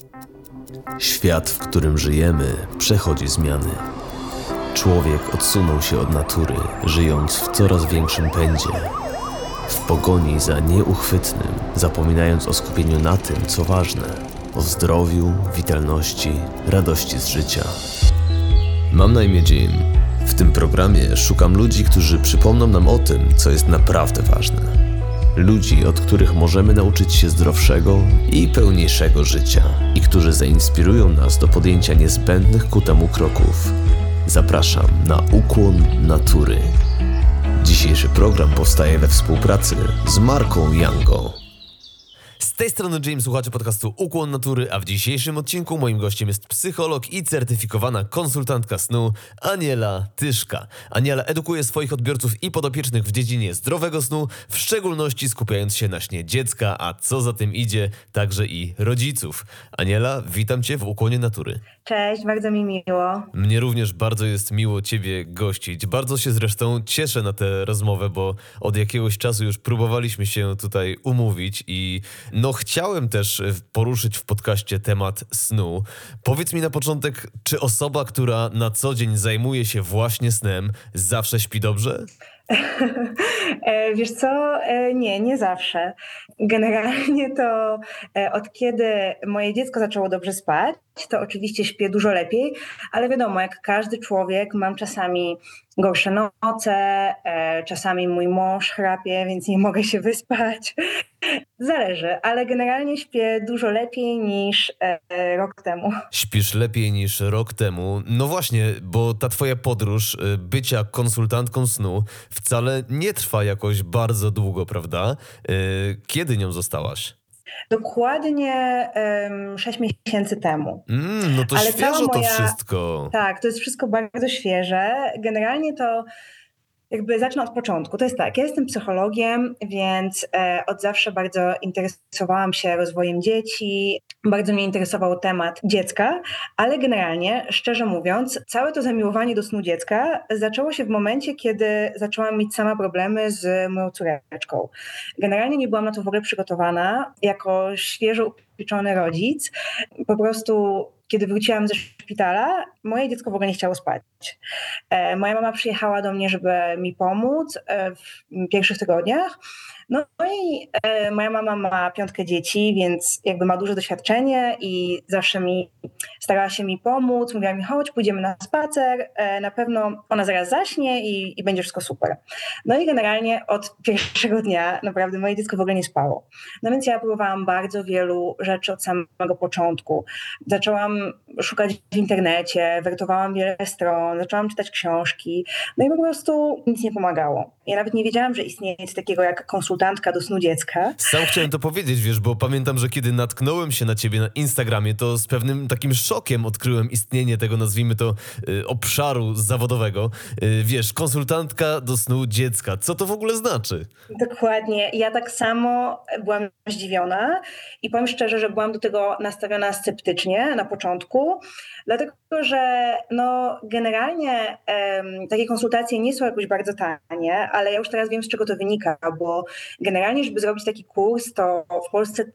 Świat, w którym żyjemy, przechodzi zmiany. Człowiek odsunął się od natury, żyjąc w coraz większym pędzie. W pogoni za nieuchwytnym, zapominając o skupieniu na tym, co ważne, o zdrowiu, witalności, radości z życia. Mam na imię Jim. W tym programie szukam ludzi, którzy przypomną nam o tym, co jest naprawdę ważne. Ludzi, od których możemy nauczyć się zdrowszego i pełniejszego życia i którzy zainspirują nas do podjęcia niezbędnych ku temu kroków. Zapraszam na Ukłon Natury. Dzisiejszy program powstaje we współpracy z marką Yango. Z tej strony James, słuchacze podcastu Ukłon Natury, a w dzisiejszym odcinku moim gościem jest psycholog i certyfikowana konsultantka snu Aniela Tyszka. Aniela edukuje swoich odbiorców i podopiecznych w dziedzinie zdrowego snu, w szczególności skupiając się na śnie dziecka, a co za tym idzie, także i rodziców. Aniela, witam Cię w Ukłonie Natury. Cześć, bardzo mi miło. Mnie również bardzo jest miło Ciebie gościć. Bardzo się zresztą cieszę na tę rozmowę, bo od jakiegoś czasu już próbowaliśmy się tutaj umówić i chciałem też poruszyć w podcaście temat snu. Powiedz mi na początek, czy osoba, która na co dzień zajmuje się właśnie snem, zawsze śpi dobrze? Wiesz co? Nie zawsze. Generalnie to od kiedy moje dziecko zaczęło dobrze spać, to oczywiście śpię dużo lepiej, ale wiadomo, jak każdy człowiek, mam czasami gorsze noce, czasami mój mąż chrapie, więc nie mogę się wyspać. Zależy, ale generalnie śpię dużo lepiej niż rok temu. Śpisz lepiej niż rok temu. No właśnie, bo ta twoja podróż bycia konsultantką snu wcale nie trwa jakoś bardzo długo, prawda? Kiedy nią zostałaś? Dokładnie 6 miesięcy temu. No to ale świeżo to wszystko. Tak, to jest wszystko bardzo świeże. Generalnie to jakby zacznę od początku. To jest tak, ja jestem psychologiem, więc od zawsze bardzo interesowałam się rozwojem dzieci, bardzo mnie interesował temat dziecka, ale generalnie, szczerze mówiąc, całe to zamiłowanie do snu dziecka zaczęło się w momencie, kiedy zaczęłam mieć sama problemy z moją córeczką. Generalnie nie byłam na to w ogóle przygotowana. Jako świeżo upieczony rodzic, po prostu kiedy wróciłam ze szpitala, moje dziecko w ogóle nie chciało spać. Moja mama przyjechała do mnie, żeby mi pomóc w pierwszych tygodniach. No i moja mama ma 5 dzieci, więc jakby ma duże doświadczenie i zawsze starała się mi pomóc. Mówiła mi, chodź, pójdziemy na spacer, na pewno ona zaraz zaśnie i będzie wszystko super. No i generalnie od pierwszego dnia naprawdę moje dziecko w ogóle nie spało. No więc ja próbowałam bardzo wielu rzeczy od samego początku. Zaczęłam szukać w internecie, wertowałam wiele stron, zaczęłam czytać książki, no i po prostu nic nie pomagało. Ja nawet nie wiedziałam, że istnieje coś takiego jak konsultantka do snu dziecka. Sam chciałem to powiedzieć, wiesz, bo pamiętam, że kiedy natknąłem się na ciebie na Instagramie, to z pewnym takim szokiem odkryłem istnienie tego, nazwijmy to, obszaru zawodowego. Wiesz, konsultantka do snu dziecka. Co to w ogóle znaczy? Dokładnie. Ja tak samo byłam zdziwiona i powiem szczerze, że byłam do tego nastawiona sceptycznie na początku, dlatego, że generalnie takie konsultacje nie są jakoś bardzo tanie, ale ja już teraz wiem, z czego to wynika, bo generalnie, żeby zrobić taki kurs, to w Polsce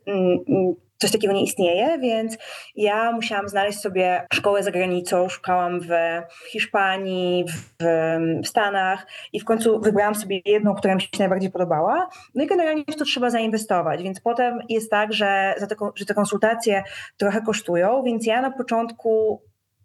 coś takiego nie istnieje, więc ja musiałam znaleźć sobie szkołę za granicą, szukałam w Hiszpanii, w Stanach i w końcu wybrałam sobie jedną, która mi się najbardziej podobała. No i generalnie w to trzeba zainwestować, więc potem jest tak, że te konsultacje trochę kosztują, więc ja na początku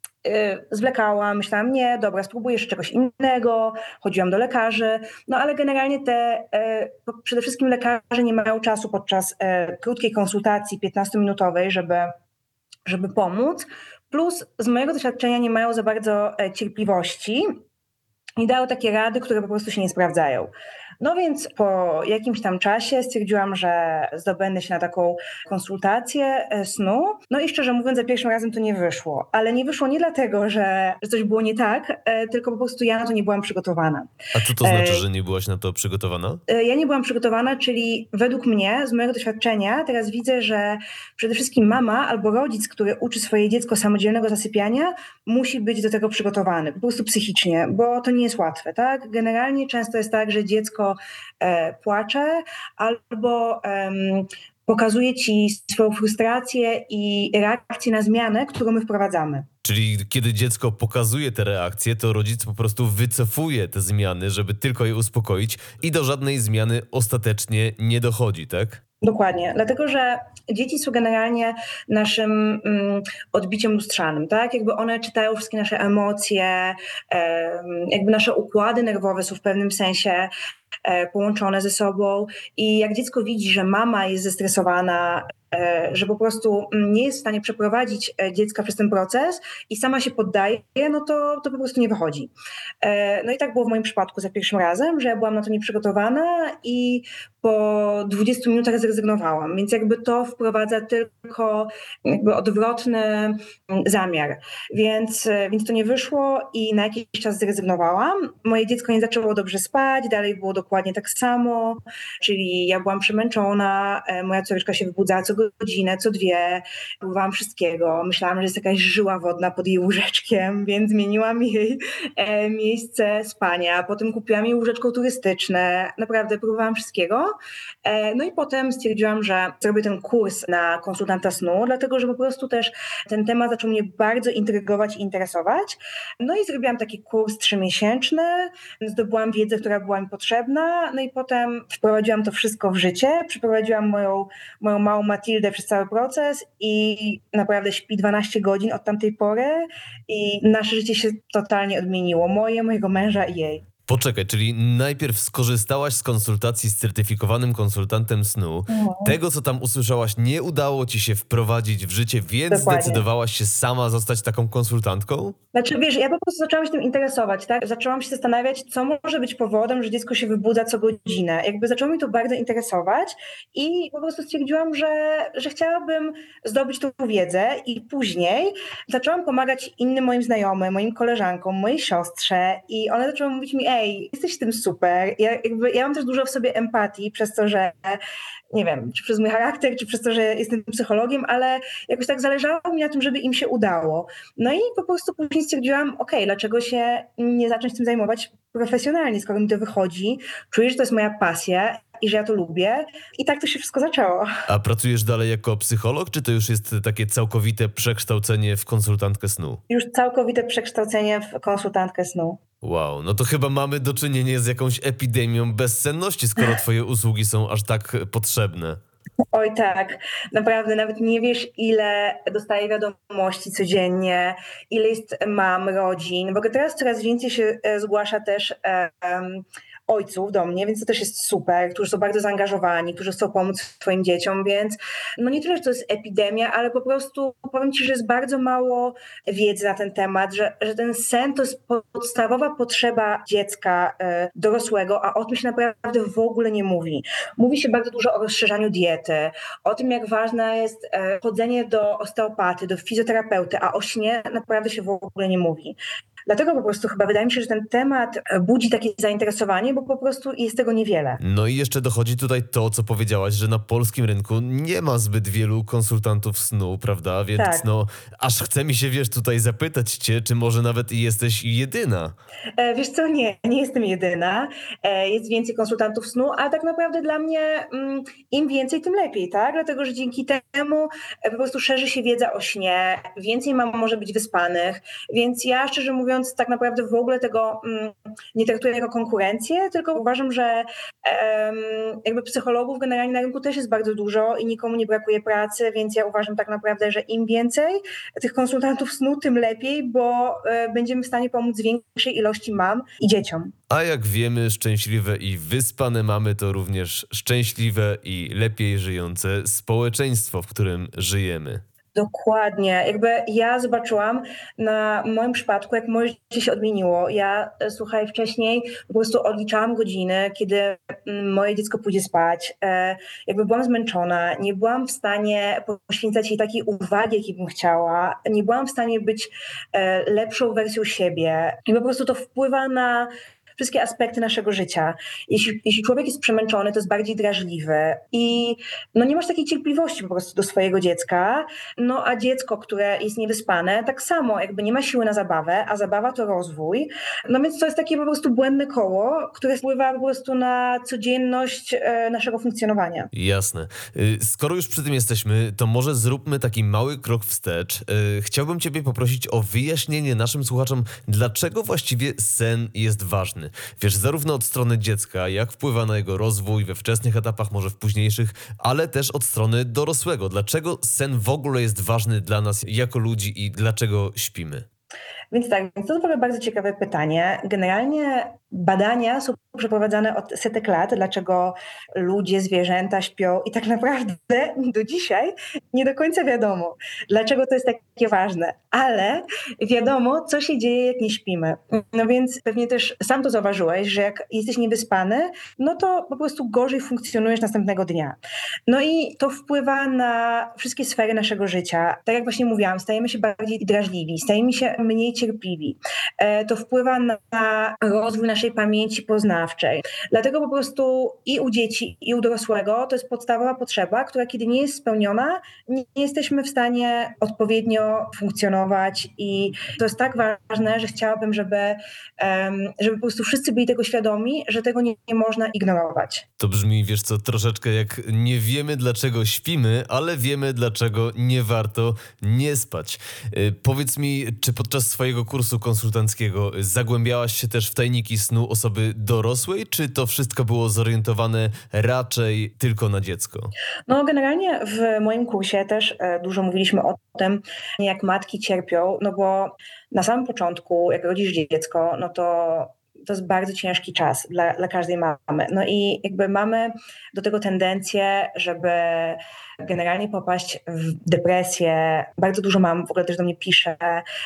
zwlekałam, myślałam, nie, dobra, spróbuję jeszcze czegoś innego, chodziłam do lekarzy, no ale generalnie przede wszystkim lekarze nie mają czasu podczas krótkiej konsultacji 15-minutowej, żeby pomóc, plus z mojego doświadczenia nie mają za bardzo cierpliwości i dają takie rady, które po prostu się nie sprawdzają. No więc po jakimś tam czasie stwierdziłam, że zdobędę się na taką konsultację snu. No i szczerze mówiąc, za pierwszym razem to nie wyszło. Ale nie wyszło nie dlatego, że coś było nie tak, tylko po prostu ja na to nie byłam przygotowana. A co to znaczy, że nie byłaś na to przygotowana? Ja nie byłam przygotowana, czyli według mnie, z mojego doświadczenia, teraz widzę, że przede wszystkim mama albo rodzic, który uczy swoje dziecko samodzielnego zasypiania, musi być do tego przygotowany, po prostu psychicznie, bo to nie jest łatwe, tak? Generalnie często jest tak, że dziecko płacze albo pokazuje ci swoją frustrację i reakcję na zmianę, którą my wprowadzamy. Czyli kiedy dziecko pokazuje te reakcje, to rodzic po prostu wycofuje te zmiany, żeby tylko je uspokoić i do żadnej zmiany ostatecznie nie dochodzi, tak? Dokładnie, dlatego że dzieci są generalnie naszym odbiciem lustrzanym, tak? Jakby one czytają wszystkie nasze emocje, jakby nasze układy nerwowe są w pewnym sensie połączone ze sobą i jak dziecko widzi, że mama jest zestresowana, że po prostu nie jest w stanie przeprowadzić dziecka przez ten proces i sama się poddaje, no to po prostu nie wychodzi. No i tak było w moim przypadku za pierwszym razem, że ja byłam na to nieprzygotowana i po 20 minutach zrezygnowałam, więc jakby to wprowadza tylko jakby odwrotny zamiar. Więc to nie wyszło i na jakiś czas zrezygnowałam. Moje dziecko nie zaczęło dobrze spać, dalej było dokładnie tak samo, czyli ja byłam przemęczona, moja córeczka się wybudzała co godzinę, co dwie, próbowałam wszystkiego. Myślałam, że jest jakaś żyła wodna pod jej łóżeczkiem, więc zmieniłam jej miejsce spania. Potem kupiłam jej łóżeczko turystyczne. Naprawdę próbowałam wszystkiego. No i potem stwierdziłam, że zrobię ten kurs na konsultanta snu, dlatego że po prostu też ten temat zaczął mnie bardzo intrygować i interesować. No i zrobiłam taki kurs 3-miesięczny, zdobyłam wiedzę, która była mi potrzebna, no i potem wprowadziłam to wszystko w życie, przeprowadziłam moją małą Matildę przez cały proces i naprawdę śpi 12 godzin od tamtej pory i nasze życie się totalnie odmieniło. Moje, mojego męża i jej. Poczekaj, czyli najpierw skorzystałaś z konsultacji z certyfikowanym konsultantem snu. Tego, co tam usłyszałaś, nie udało ci się wprowadzić w życie, więc Dokładnie. zdecydowałaś się sama zostać taką konsultantką? Znaczy, wiesz, ja po prostu zaczęłam się tym interesować, tak? Zaczęłam się zastanawiać, co może być powodem, że dziecko się wybudza co godzinę. Jakby zaczęło mnie to bardzo interesować i po prostu stwierdziłam, że chciałabym zdobyć tą wiedzę i później zaczęłam pomagać innym moim znajomym, moim koleżankom, mojej siostrze i one zaczęły mówić mi, ej, jesteś w tym super. Ja mam też dużo w sobie empatii przez to, że nie wiem, czy przez mój charakter, czy przez to, że jestem psychologiem, ale jakoś tak zależało mi na tym, żeby im się udało. No i po prostu później stwierdziłam, dlaczego się nie zacząć tym zajmować profesjonalnie, skoro mi to wychodzi. Czuję, że to jest moja pasja i że ja to lubię. I tak to się wszystko zaczęło. A pracujesz dalej jako psycholog, czy to już jest takie całkowite przekształcenie w konsultantkę snu? Już całkowite przekształcenie w konsultantkę snu. Wow, no to chyba mamy do czynienia z jakąś epidemią bezsenności, skoro twoje usługi są aż tak potrzebne. Oj tak, naprawdę nawet nie wiesz, ile dostaję wiadomości codziennie, ile jest mam, rodzin, bo teraz coraz więcej się zgłasza też ojców do mnie, więc to też jest super, którzy są bardzo zaangażowani, którzy chcą pomóc swoim dzieciom, więc no nie tyle, że to jest epidemia, ale po prostu powiem ci, że jest bardzo mało wiedzy na ten temat, że ten sen to jest podstawowa potrzeba dziecka dorosłego, a o tym się naprawdę w ogóle nie mówi. Mówi się bardzo dużo o rozszerzaniu diety, o tym, jak ważne jest chodzenie do osteopaty, do fizjoterapeuty, a o śnie naprawdę się w ogóle nie mówi. Dlatego po prostu chyba wydaje mi się, że ten temat budzi takie zainteresowanie, bo po prostu jest tego niewiele. No i jeszcze dochodzi tutaj to, co powiedziałaś, że na polskim rynku nie ma zbyt wielu konsultantów snu, prawda? Więc Tak. no, aż chce mi się, tutaj zapytać cię, czy może nawet jesteś jedyna? Wiesz co, nie jestem jedyna. Jest więcej konsultantów snu, a tak naprawdę dla mnie im więcej, tym lepiej, tak? Dlatego, że dzięki temu po prostu szerzy się wiedza o śnie, więcej mam może być wyspanych, więc ja szczerze mówiąc tak naprawdę w ogóle tego nie traktuję jako konkurencję, tylko uważam, że jakby psychologów generalnie na rynku też jest bardzo dużo i nikomu nie brakuje pracy, więc ja uważam tak naprawdę, że im więcej tych konsultantów snu, tym lepiej, bo będziemy w stanie pomóc większej ilości mam i dzieciom. A jak wiemy, szczęśliwe i wyspane mamy to również szczęśliwe i lepiej żyjące społeczeństwo, w którym żyjemy. Dokładnie. Jakby ja zobaczyłam na moim przypadku, jak moje życie się odmieniło. Ja, słuchaj, wcześniej po prostu odliczałam godziny, kiedy moje dziecko pójdzie spać. Jakby byłam zmęczona, nie byłam w stanie poświęcać jej takiej uwagi, jakiej bym chciała. Nie byłam w stanie być lepszą wersją siebie. I po prostu to wpływa na wszystkie aspekty naszego życia. Jeśli człowiek jest przemęczony, to jest bardziej drażliwy i no nie masz takiej cierpliwości po prostu do swojego dziecka, no a dziecko, które jest niewyspane, tak samo jakby nie ma siły na zabawę, a zabawa to rozwój, no więc to jest takie po prostu błędne koło, które wpływa po prostu na codzienność naszego funkcjonowania. Jasne. Skoro już przy tym jesteśmy, to może zróbmy taki mały krok wstecz. Chciałbym Ciebie poprosić o wyjaśnienie naszym słuchaczom, dlaczego właściwie sen jest ważny. Wiesz, zarówno od strony dziecka, jak wpływa na jego rozwój we wczesnych etapach, może w późniejszych, ale też od strony dorosłego. Dlaczego sen w ogóle jest ważny dla nas jako ludzi i dlaczego śpimy? Więc tak, to jest w ogóle bardzo ciekawe pytanie. Generalnie badania są przeprowadzane od setek lat, dlaczego ludzie, zwierzęta śpią i tak naprawdę do dzisiaj nie do końca wiadomo, dlaczego to jest takie ważne. Ale wiadomo, co się dzieje, jak nie śpimy. No więc pewnie też sam to zauważyłeś, że jak jesteś niewyspany, no to po prostu gorzej funkcjonujesz następnego dnia. No i to wpływa na wszystkie sfery naszego życia. Tak jak właśnie mówiłam, stajemy się bardziej drażliwi, stajemy się mniej cierpliwi. To wpływa na rozwój naszej pamięci poznawczej. Dlatego po prostu i u dzieci, i u dorosłego to jest podstawowa potrzeba, która kiedy nie jest spełniona, nie jesteśmy w stanie odpowiednio funkcjonować i to jest tak ważne, że chciałabym, żeby po prostu wszyscy byli tego świadomi, że tego nie można ignorować. To brzmi, wiesz co, troszeczkę jak nie wiemy dlaczego śpimy, ale wiemy dlaczego nie warto nie spać. Powiedz mi, czy podczas swojego kursu konsultanckiego zagłębiałaś się też w tajniki snu osoby dorosłej, czy to wszystko było zorientowane raczej tylko na dziecko? No generalnie w moim kursie też dużo mówiliśmy o tym, jak matki cierpią, no bo na samym początku, jak rodzisz dziecko, no to jest bardzo ciężki czas dla każdej mamy. No i jakby mamy do tego tendencję, żeby generalnie popaść w depresję. Bardzo dużo mam w ogóle też do mnie pisze,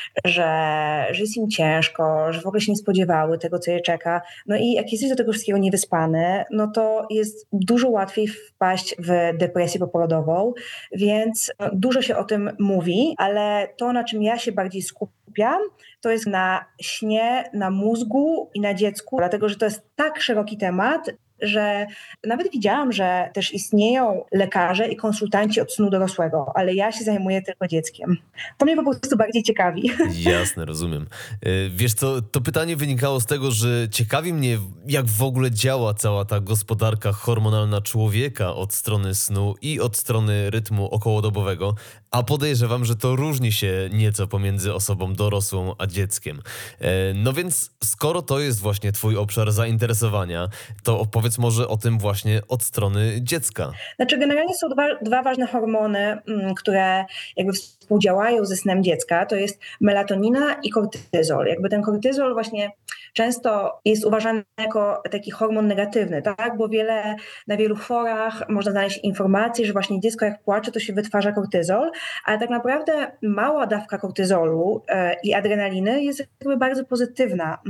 że jest im ciężko, że w ogóle się nie spodziewały tego, co je czeka. No i jak jesteś do tego wszystkiego niewyspany, no to jest dużo łatwiej wpaść w depresję poporodową, więc dużo się o tym mówi, ale to, na czym ja się bardziej skupiam, to jest na śnie, na mózgu i na dziecku, dlatego że to jest tak szeroki temat, że nawet widziałam, że też istnieją lekarze i konsultanci od snu dorosłego, ale ja się zajmuję tylko dzieckiem. To mnie po prostu bardziej ciekawi. Jasne, rozumiem. Wiesz co, to pytanie wynikało z tego, że ciekawi mnie, jak w ogóle działa cała ta gospodarka hormonalna człowieka od strony snu i od strony rytmu okołodobowego, a podejrzewam, że to różni się nieco pomiędzy osobą dorosłą a dzieckiem. No więc skoro to jest właśnie twój obszar zainteresowania, to opowiedz może o tym właśnie od strony dziecka. Znaczy generalnie są dwa ważne hormony, które jakby współdziałają ze snem dziecka. To jest melatonina i kortyzol. Jakby ten kortyzol właśnie często jest uważany jako taki hormon negatywny, tak? Bo na wielu forach można znaleźć informacje, że właśnie dziecko jak płacze, to się wytwarza kortyzol, ale tak naprawdę mała dawka kortyzolu i adrenaliny jest jakby bardzo pozytywna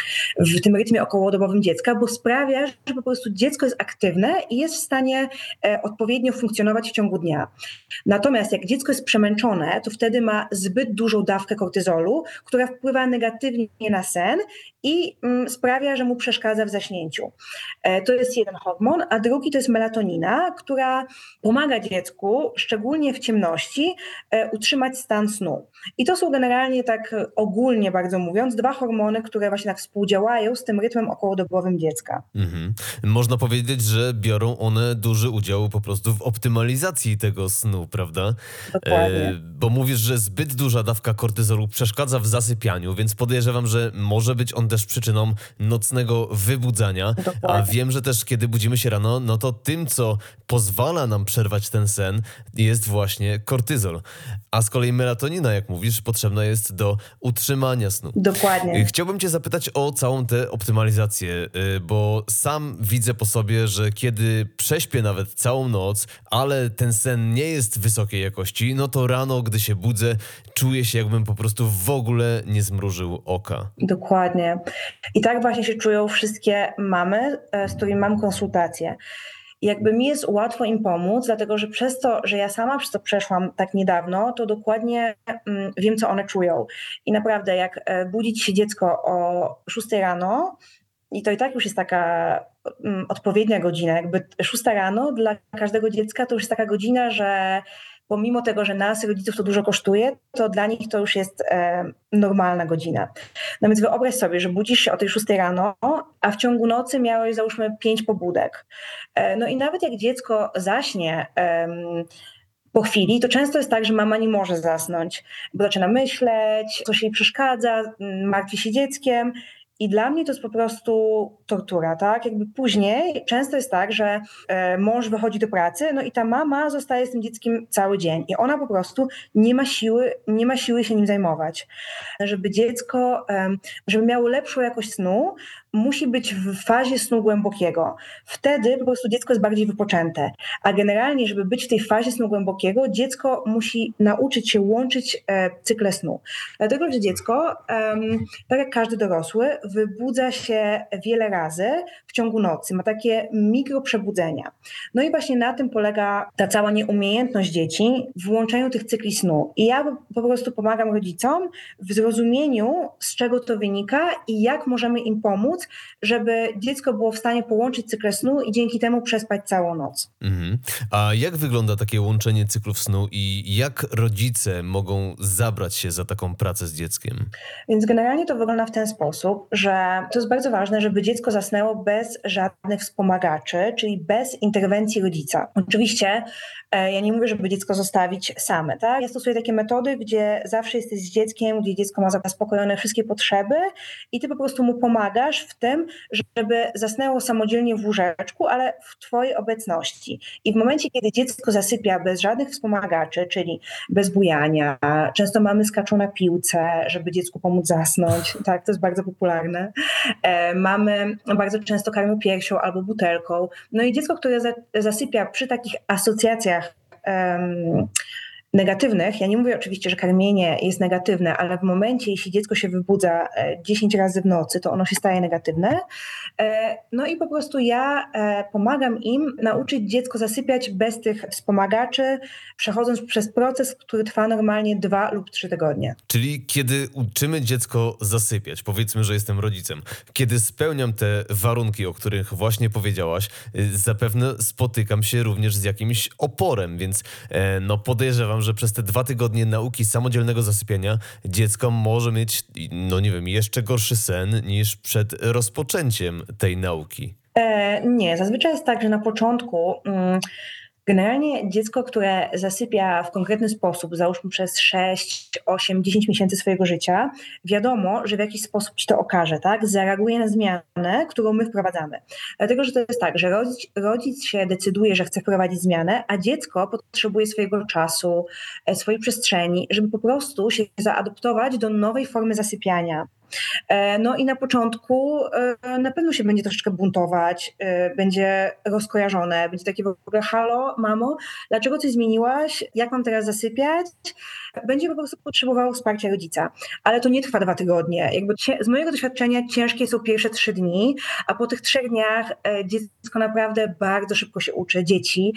w tym rytmie okołodobowym dziecka, bo sprawia, że po prostu dziecko jest aktywne i jest w stanie odpowiednio funkcjonować w ciągu dnia. Natomiast jak dziecko jest przemęczone, to wtedy ma zbyt dużą dawkę kortyzolu, która wpływa negatywnie na sen i sprawia, że mu przeszkadza w zaśnięciu. To jest jeden hormon, a drugi to jest melatonina, która pomaga dziecku, szczególnie w ciemności, utrzymać stan snu. I to są generalnie tak ogólnie bardzo mówiąc dwa hormony, które właśnie tak współdziałają z tym rytmem okołodobowym dziecka. Mhm. Można powiedzieć, że biorą one duży udział po prostu w optymalizacji tego snu, prawda? Dokładnie. Bo mówisz, że zbyt duża dawka kortyzolu przeszkadza w zasypianiu, więc podejrzewam, że może być on też przyczyną nocnego wybudzania. Dokładnie. A wiem, że też kiedy budzimy się rano, no to tym, co pozwala nam przerwać ten sen, jest właśnie kortyzol. A z kolei melatonina, jak mówisz, potrzebna jest do utrzymania snu. Dokładnie. Chciałbym cię zapytać o całą tę optymalizację, bo sam widzę po sobie, że kiedy prześpię nawet całą noc, ale ten sen nie jest wysokiej jakości, no to rano, gdy się budzę, czuję się, jakbym po prostu w ogóle nie zmrużył oka. Dokładnie. I tak właśnie się czują wszystkie mamy, z którymi mam konsultacje. I jakby mi jest łatwo im pomóc, dlatego że przez to, że ja sama przez to przeszłam tak niedawno, to dokładnie wiem, co one czują. I naprawdę, jak budzić się dziecko o 6 rano, i to i tak już jest taka odpowiednia godzina, jakby 6 rano dla każdego dziecka to już jest taka godzina, że pomimo tego, że nas, rodziców, to dużo kosztuje, to dla nich to już jest normalna godzina. No więc wyobraź sobie, że budzisz się o tej 6 rano, a w ciągu nocy miałeś załóżmy 5 pobudek. No i nawet jak dziecko zaśnie po chwili, to często jest tak, że mama nie może zasnąć, bo zaczyna myśleć, coś jej przeszkadza, martwi się dzieckiem. I dla mnie to jest po prostu tortura, tak? Jakby później często jest tak, że mąż wychodzi do pracy, no i ta mama zostaje z tym dzieckiem cały dzień i ona po prostu nie ma siły się nim zajmować. Żeby dziecko, żeby miało lepszą jakość snu, musi być w fazie snu głębokiego. Wtedy po prostu dziecko jest bardziej wypoczęte. A generalnie, żeby być w tej fazie snu głębokiego, dziecko musi nauczyć się łączyć cykle snu. Dlatego, że dziecko, tak jak każdy dorosły, wybudza się wiele razy w ciągu nocy. Ma takie mikroprzebudzenia. No i właśnie na tym polega ta cała nieumiejętność dzieci w włączeniu tych cykli snu. I ja po prostu pomagam rodzicom w zrozumieniu, z czego to wynika i jak możemy im pomóc, żeby dziecko było w stanie połączyć cykle snu i dzięki temu przespać całą noc. Mhm. A jak wygląda takie łączenie cyklów snu i jak rodzice mogą zabrać się za taką pracę z dzieckiem? Więc generalnie to wygląda w ten sposób, że to jest bardzo ważne, żeby dziecko zasnęło bez żadnych wspomagaczy, czyli bez interwencji rodzica. Oczywiście ja nie mówię, żeby dziecko zostawić same, tak? Ja stosuję takie metody, gdzie zawsze jesteś z dzieckiem, gdzie dziecko ma zaspokojone wszystkie potrzeby i ty po prostu mu pomagasz w tym, żeby zasnęło samodzielnie w łóżeczku, ale w twojej obecności. I w momencie, kiedy dziecko zasypia bez żadnych wspomagaczy, czyli bez bujania, często mamy skaczą na piłce, żeby dziecku pomóc zasnąć, tak, to jest bardzo popularne. Mamy bardzo często karmią piersią albo butelką. No i dziecko, które zasypia przy takich asocjacjach negatywnych, ja nie mówię oczywiście, że karmienie jest negatywne, ale w momencie, jeśli dziecko się wybudza 10 razy w nocy, to ono się staje negatywne. No i po prostu ja pomagam im nauczyć dziecko zasypiać bez tych wspomagaczy, przechodząc przez proces, który trwa normalnie 2 lub 3 tygodnie. Czyli kiedy uczymy dziecko zasypiać, powiedzmy, że jestem rodzicem, kiedy spełniam te warunki, o których właśnie powiedziałaś, zapewne spotykam się również z jakimś oporem, więc no podejrzewam, że przez te 2 tygodnie nauki samodzielnego zasypiania dziecko może mieć, no nie wiem, jeszcze gorszy sen niż przed rozpoczęciem tej nauki. Nie, zazwyczaj jest tak, że na początku generalnie dziecko, które zasypia w konkretny sposób, załóżmy przez 6, 8, 10 miesięcy swojego życia, wiadomo, że w jakiś sposób ci to okaże, tak? Zareaguje na zmianę, którą my wprowadzamy. Dlatego, że to jest tak, że rodzic się decyduje, że chce wprowadzić zmianę, a dziecko potrzebuje swojego czasu, swojej przestrzeni, żeby po prostu się zaadoptować do nowej formy zasypiania. No i na początku na pewno się będzie troszeczkę buntować, będzie rozkojarzone, będzie takie w ogóle: halo, mamo, dlaczego coś zmieniłaś? Jak mam teraz zasypiać? Będzie po prostu potrzebowało wsparcia rodzica. Ale to nie trwa 2 tygodnie. Jakby z mojego doświadczenia ciężkie są pierwsze 3 dni, a po tych 3 dniach dziecko naprawdę bardzo szybko się uczy, dzieci.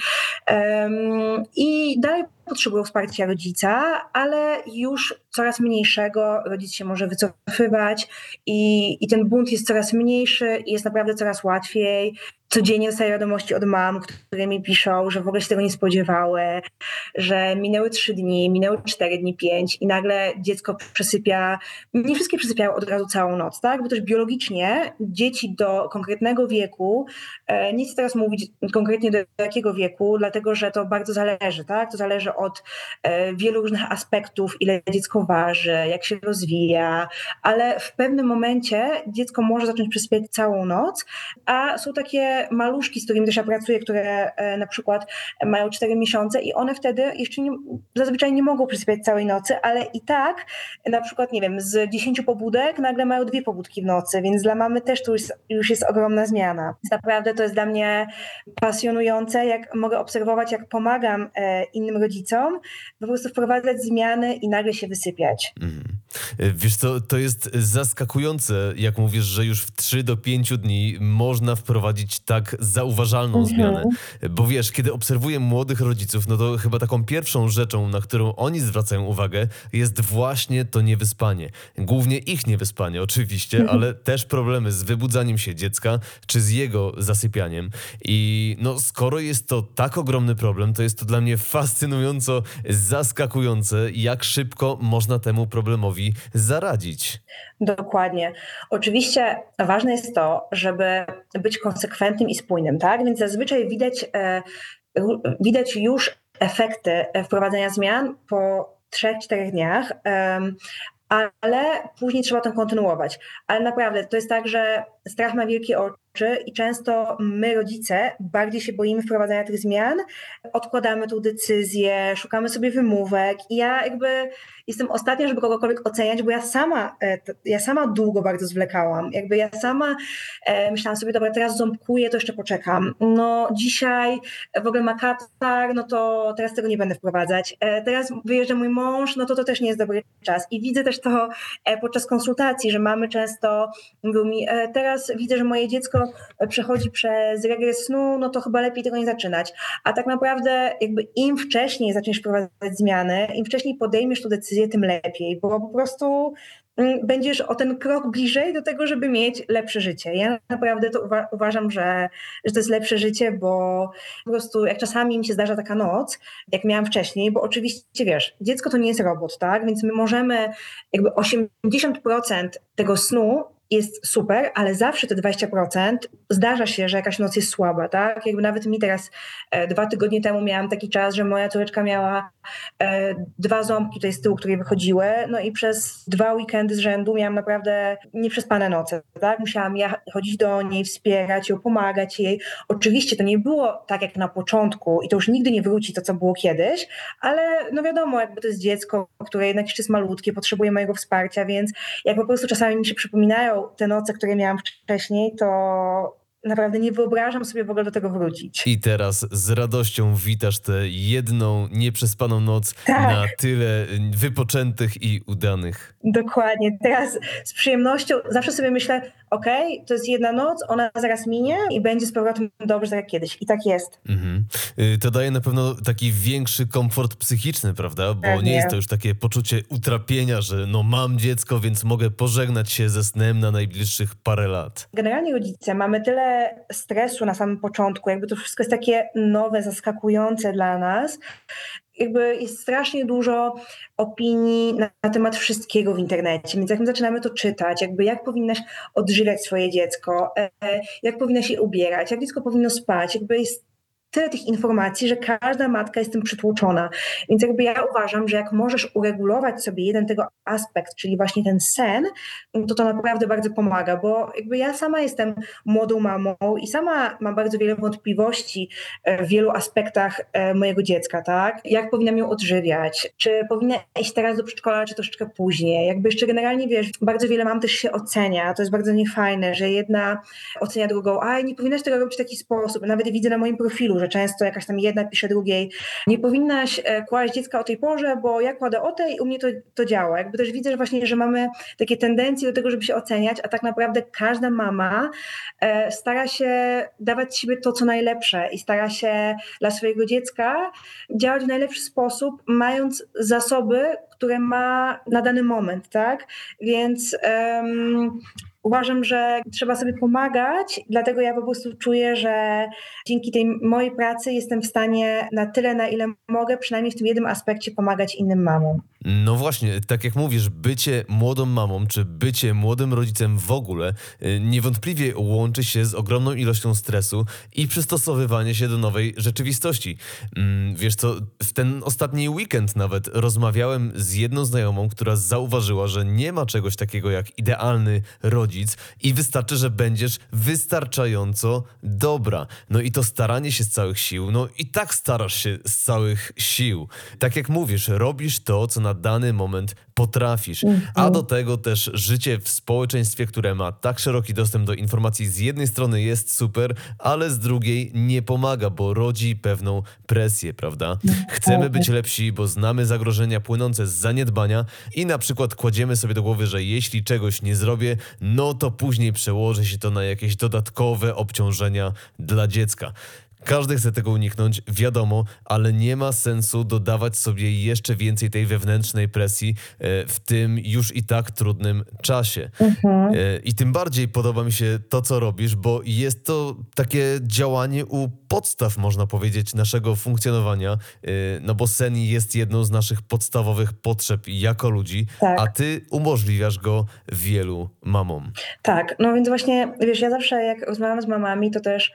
I dalej potrzebują wsparcia rodzica, ale już coraz mniejszego. Rodzic się może wycofywać i ten bunt jest coraz mniejszy i jest naprawdę coraz łatwiej. Codziennie dostaję wiadomości od mam, które mi piszą, że w ogóle się tego nie spodziewały, że minęły 3 dni, minęły 4 dni, 5 i nagle dziecko przesypia. Nie wszystkie przesypiają od razu całą noc, tak? Bo też biologicznie dzieci do konkretnego wieku, nie chcę teraz mówić konkretnie do jakiego wieku, dlatego że to bardzo zależy, tak? To zależy od wielu różnych aspektów, ile dziecko waży, jak się rozwija, ale w pewnym momencie dziecko może zacząć przesypiać całą noc, a są takie maluszki, z którymi też ja pracuję, które na przykład mają 4 miesiące i one wtedy jeszcze zazwyczaj nie mogą przesypiać całej nocy, ale i tak na przykład, nie wiem, z 10 pobudek nagle mają 2 pobudki w nocy, więc dla mamy też to już jest ogromna zmiana. Więc naprawdę to jest dla mnie pasjonujące, jak mogę obserwować, jak pomagam innym rodzicom po prostu wprowadzać zmiany i nagle się wysypiać. Mhm. Wiesz co, to jest zaskakujące, jak mówisz, że już w 3 do 5 dni można wprowadzić tak zauważalną zmianę. Mhm. Bo wiesz, kiedy obserwuję młodych rodziców, no to chyba taką pierwszą rzeczą, na którą oni zwracają uwagę, jest właśnie to niewyspanie. Głównie ich niewyspanie oczywiście, ale też problemy z wybudzaniem się dziecka, czy z jego zasypianiem. I no, skoro jest to tak ogromny problem, to jest to dla mnie fascynująco zaskakujące, jak szybko można temu problemowi zaradzić. Dokładnie. Oczywiście ważne jest to, żeby być konsekwentnym i spójnym, tak? Więc zazwyczaj widać już efekty wprowadzenia zmian po 3-4 dniach, ale później trzeba to kontynuować. Ale naprawdę to jest tak, że strach ma wielkie oczy i często my, rodzice, bardziej się boimy wprowadzania tych zmian, odkładamy tą decyzję, szukamy sobie wymówek i ja jakby jestem ostatnia, żeby kogokolwiek oceniać, bo ja sama długo bardzo zwlekałam. Jakby ja sama myślałam sobie, dobra, teraz ząbkuję, to jeszcze poczekam. No dzisiaj w ogóle ma katar, no to teraz tego nie będę wprowadzać. Teraz wyjeżdża mój mąż, no to też nie jest dobry czas. I widzę też to podczas konsultacji, że mamy często mówią mi, teraz widzę, że moje dziecko przechodzi przez regres snu, no to chyba lepiej tego nie zaczynać. A tak naprawdę jakby im wcześniej zaczniesz wprowadzać zmiany, im wcześniej podejmiesz tę decyzję, tym lepiej, bo po prostu będziesz o ten krok bliżej do tego, żeby mieć lepsze życie. Ja naprawdę to uważam, że to jest lepsze życie, bo po prostu jak czasami mi się zdarza taka noc, jak miałam wcześniej, bo oczywiście wiesz, dziecko to nie jest robot, tak? Więc my możemy jakby 80% tego snu jest super, ale zawsze te 20% zdarza się, że jakaś noc jest słaba, tak? Jakby nawet mi teraz 2 tygodnie temu miałam taki czas, że moja córeczka miała 2 ząbki tutaj z tyłu, które wychodziły, no i przez 2 weekendy z rzędu miałam naprawdę nieprzespane noce, tak? Musiałam ja chodzić do niej, wspierać ją, pomagać jej. Oczywiście to nie było tak jak na początku i to już nigdy nie wróci to, co było kiedyś, ale no wiadomo, jakby to jest dziecko, które jednak jeszcze jest malutkie, potrzebuje mojego wsparcia, więc jak po prostu czasami mi się przypominają te noce, które miałam wcześniej, to naprawdę nie wyobrażam sobie w ogóle do tego wrócić. I teraz z radością witasz tę jedną nieprzespaną noc Tak, na tyle wypoczętych i udanych. dokładnie. Teraz z przyjemnością zawsze sobie myślę, okej, to jest jedna noc, ona zaraz minie i będzie z powrotem dobrze tak jak kiedyś. I tak jest. Mhm. To daje na pewno taki większy komfort psychiczny, prawda? Bo nie Pewnie. jest to już takie poczucie utrapienia, że no mam dziecko, więc mogę pożegnać się ze snem na najbliższych parę lat. Generalnie rodzice mamy tyle stresu na samym początku, jakby to wszystko jest takie nowe, zaskakujące dla nas. Jakby jest strasznie dużo opinii na temat wszystkiego w internecie, więc jak my zaczynamy to czytać, jakby jak powinnaś odżywiać swoje dziecko, jak powinnaś je ubierać, jak dziecko powinno spać, jakby jest tyle tych informacji, że każda matka jest tym przytłoczona. Więc jakby ja uważam, że jak możesz uregulować sobie jeden tego aspekt, czyli właśnie ten sen, to naprawdę bardzo pomaga, bo jakby ja sama jestem młodą mamą i sama mam bardzo wiele wątpliwości w wielu aspektach mojego dziecka, tak? Jak powinnam ją odżywiać? Czy powinna iść teraz do przedszkola, czy troszeczkę później? Jakby jeszcze generalnie, wiesz, bardzo wiele mam też się ocenia, to jest bardzo niefajne, że jedna ocenia drugą, a nie powinnaś tego robić w taki sposób. Nawet widzę na moim profilu, że często jakaś tam jedna pisze drugiej, nie powinnaś kłaść dziecka o tej porze, bo ja kładę o tej i u mnie to działa. Jakby też widzę, że właśnie, że mamy takie tendencje do tego, żeby się oceniać, a tak naprawdę każda mama stara się dawać z siebie to, co najlepsze i stara się dla swojego dziecka działać w najlepszy sposób, mając zasoby, które ma na dany moment, tak? Więc uważam, że trzeba sobie pomagać, dlatego ja po prostu czuję, że dzięki tej mojej pracy jestem w stanie na tyle, na ile mogę, przynajmniej w tym jednym aspekcie pomagać innym mamom. No właśnie, tak jak mówisz, bycie młodą mamą, czy bycie młodym rodzicem w ogóle niewątpliwie łączy się z ogromną ilością stresu i przystosowywanie się do nowej rzeczywistości. Wiesz co, w ten ostatni weekend nawet rozmawiałem z jedną znajomą, która zauważyła, że nie ma czegoś takiego jak idealny rodzic, rodzic i wystarczy, że będziesz wystarczająco dobra. No i to staranie się z całych sił, no i tak starasz się z całych sił. Tak jak mówisz, robisz to, co na dany moment potrafisz. A do tego też życie w społeczeństwie, które ma tak szeroki dostęp do informacji, z jednej strony jest super, ale z drugiej nie pomaga, bo rodzi pewną presję, prawda? Chcemy być lepsi, bo znamy zagrożenia płynące z zaniedbania i na przykład kładziemy sobie do głowy, że jeśli czegoś nie zrobię, no to później przełoży się to na jakieś dodatkowe obciążenia dla dziecka. Każdy chce tego uniknąć, wiadomo, ale nie ma sensu dodawać sobie jeszcze więcej tej wewnętrznej presji w tym już i tak trudnym czasie. I tym bardziej podoba mi się to, co robisz, bo jest to takie działanie u podstaw, można powiedzieć, naszego funkcjonowania, no bo sen jest jedną z naszych podstawowych potrzeb jako ludzi, Tak. a ty umożliwiasz go wielu mamom. Tak, no więc właśnie, wiesz, ja zawsze jak rozmawiam z mamami, to też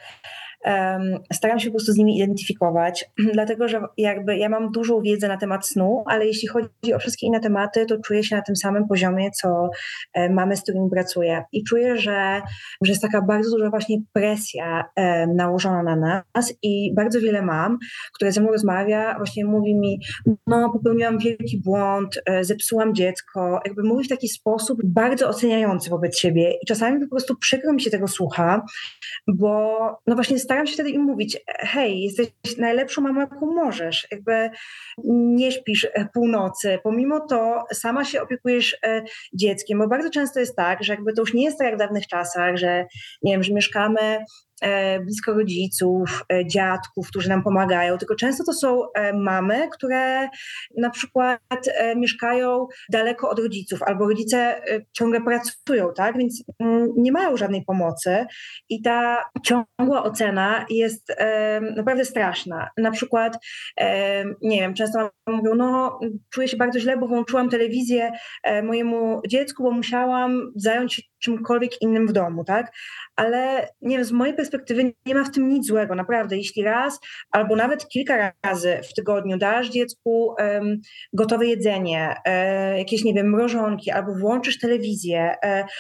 staram się po prostu z nimi identyfikować, dlatego że jakby ja mam dużą wiedzę na temat snu, ale jeśli chodzi o wszystkie inne tematy, to czuję się na tym samym poziomie, co mamy, z którymi pracuję. I czuję, że jest taka bardzo duża właśnie presja nałożona na nas i bardzo wiele mam, które ze mną rozmawia, właśnie mówi mi, no popełniłam wielki błąd, zepsułam dziecko, jakby mówi w taki sposób bardzo oceniający wobec siebie i czasami po prostu przykro mi się tego słucha, bo no właśnie staram się wtedy im mówić, hej, jesteś najlepszą mamą, jaką możesz, jakby nie śpisz północy, pomimo to sama się opiekujesz dzieckiem, bo bardzo często jest tak, że jakby to już nie jest tak jak w dawnych czasach, że nie wiem, że mieszkamy blisko rodziców, dziadków, którzy nam pomagają, tylko często to są mamy, które na przykład mieszkają daleko od rodziców, albo rodzice ciągle pracują, tak, więc nie mają żadnej pomocy i ta ciągła ocena jest naprawdę straszna. Na przykład, nie wiem, często mamy mówią, no czuję się bardzo źle, bo włączyłam telewizję mojemu dziecku, bo musiałam zająć się czymkolwiek innym w domu, tak? Ale nie wiem, z mojej perspektywy nie ma w tym nic złego, naprawdę. Jeśli raz albo nawet kilka razy w tygodniu dasz dziecku gotowe jedzenie, jakieś, nie wiem, mrożonki, albo włączysz telewizję,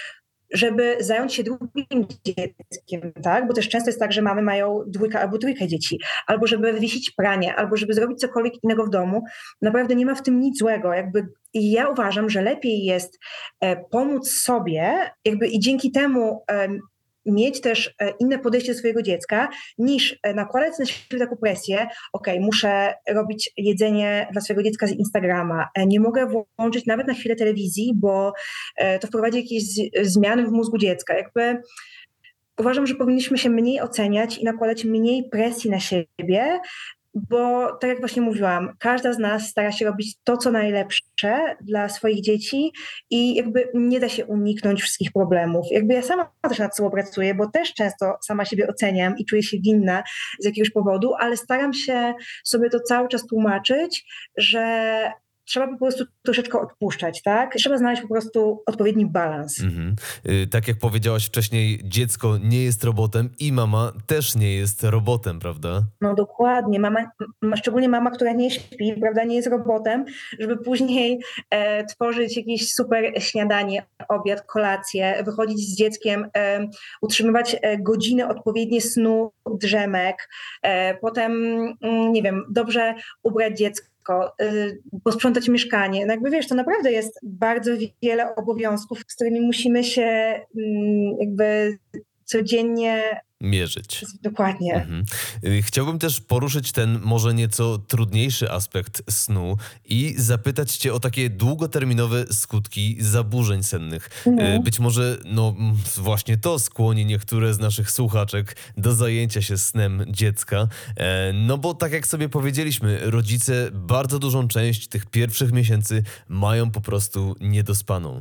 żeby zająć się drugim dzieckiem, tak? Bo też często jest tak, że mamy mają dwójkę albo trójkę dzieci, albo żeby wywiesić pranie, albo żeby zrobić cokolwiek innego w domu. Naprawdę nie ma w tym nic złego. Jakby i ja uważam, że lepiej jest pomóc sobie, jakby i dzięki temu mieć też inne podejście do swojego dziecka, niż nakładać na siebie taką presję, muszę robić jedzenie dla swojego dziecka z Instagrama, nie mogę włączyć nawet na chwilę telewizji, bo to wprowadzi jakieś zmiany w mózgu dziecka. Jakby uważam, że powinniśmy się mniej oceniać i nakładać mniej presji na siebie, bo tak jak właśnie mówiłam, każda z nas stara się robić to, co najlepsze dla swoich dzieci i jakby nie da się uniknąć wszystkich problemów. Jakby ja sama też nad sobą pracuję, bo też często sama siebie oceniam i czuję się winna z jakiegoś powodu, ale staram się sobie to cały czas tłumaczyć, że trzeba po prostu troszeczkę odpuszczać, tak? Trzeba znaleźć po prostu odpowiedni balans. Tak jak powiedziałaś wcześniej, dziecko nie jest robotem i mama też nie jest robotem, prawda? No dokładnie. Szczególnie mama, która nie śpi, prawda, nie jest robotem, żeby później tworzyć jakieś super śniadanie, obiad, kolację, wychodzić z dzieckiem, utrzymywać godziny odpowiednie snu, drzemek, potem, nie wiem, dobrze ubrać dziecko, posprzątać mieszkanie. No jakby wiesz, to naprawdę jest bardzo wiele obowiązków, z którymi musimy się jakby codziennie mierzyć. Dokładnie. Chciałbym też poruszyć ten może nieco trudniejszy aspekt snu i zapytać cię o takie długoterminowe skutki zaburzeń sennych. Być może właśnie to skłoni niektóre z naszych słuchaczek do zajęcia się snem dziecka. No bo tak jak sobie powiedzieliśmy, rodzice bardzo dużą część tych pierwszych miesięcy mają po prostu niedospaną.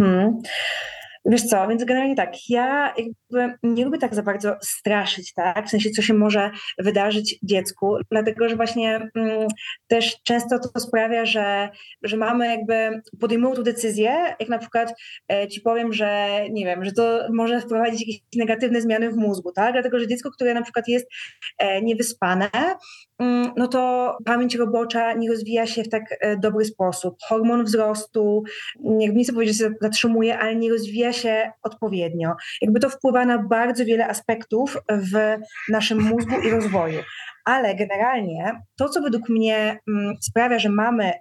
Wiesz co, więc generalnie tak, ja jakby nie lubię tak za bardzo straszyć, tak? W sensie, co się może wydarzyć dziecku, dlatego, że właśnie też często to sprawia, że mamy jakby podejmują tu decyzję, jak na przykład ci powiem, że nie wiem, że to może wprowadzić jakieś negatywne zmiany w mózgu, tak? Dlatego, że dziecko, które na przykład jest niewyspane, no to pamięć robocza nie rozwija się w tak dobry sposób. Hormon wzrostu, jakby nie chcę powiedzieć, że się zatrzymuje, ale nie rozwija rozwija się odpowiednio. Jakby to wpływa na bardzo wiele aspektów w naszym mózgu i rozwoju. Ale generalnie to, co według mnie sprawia, że mamy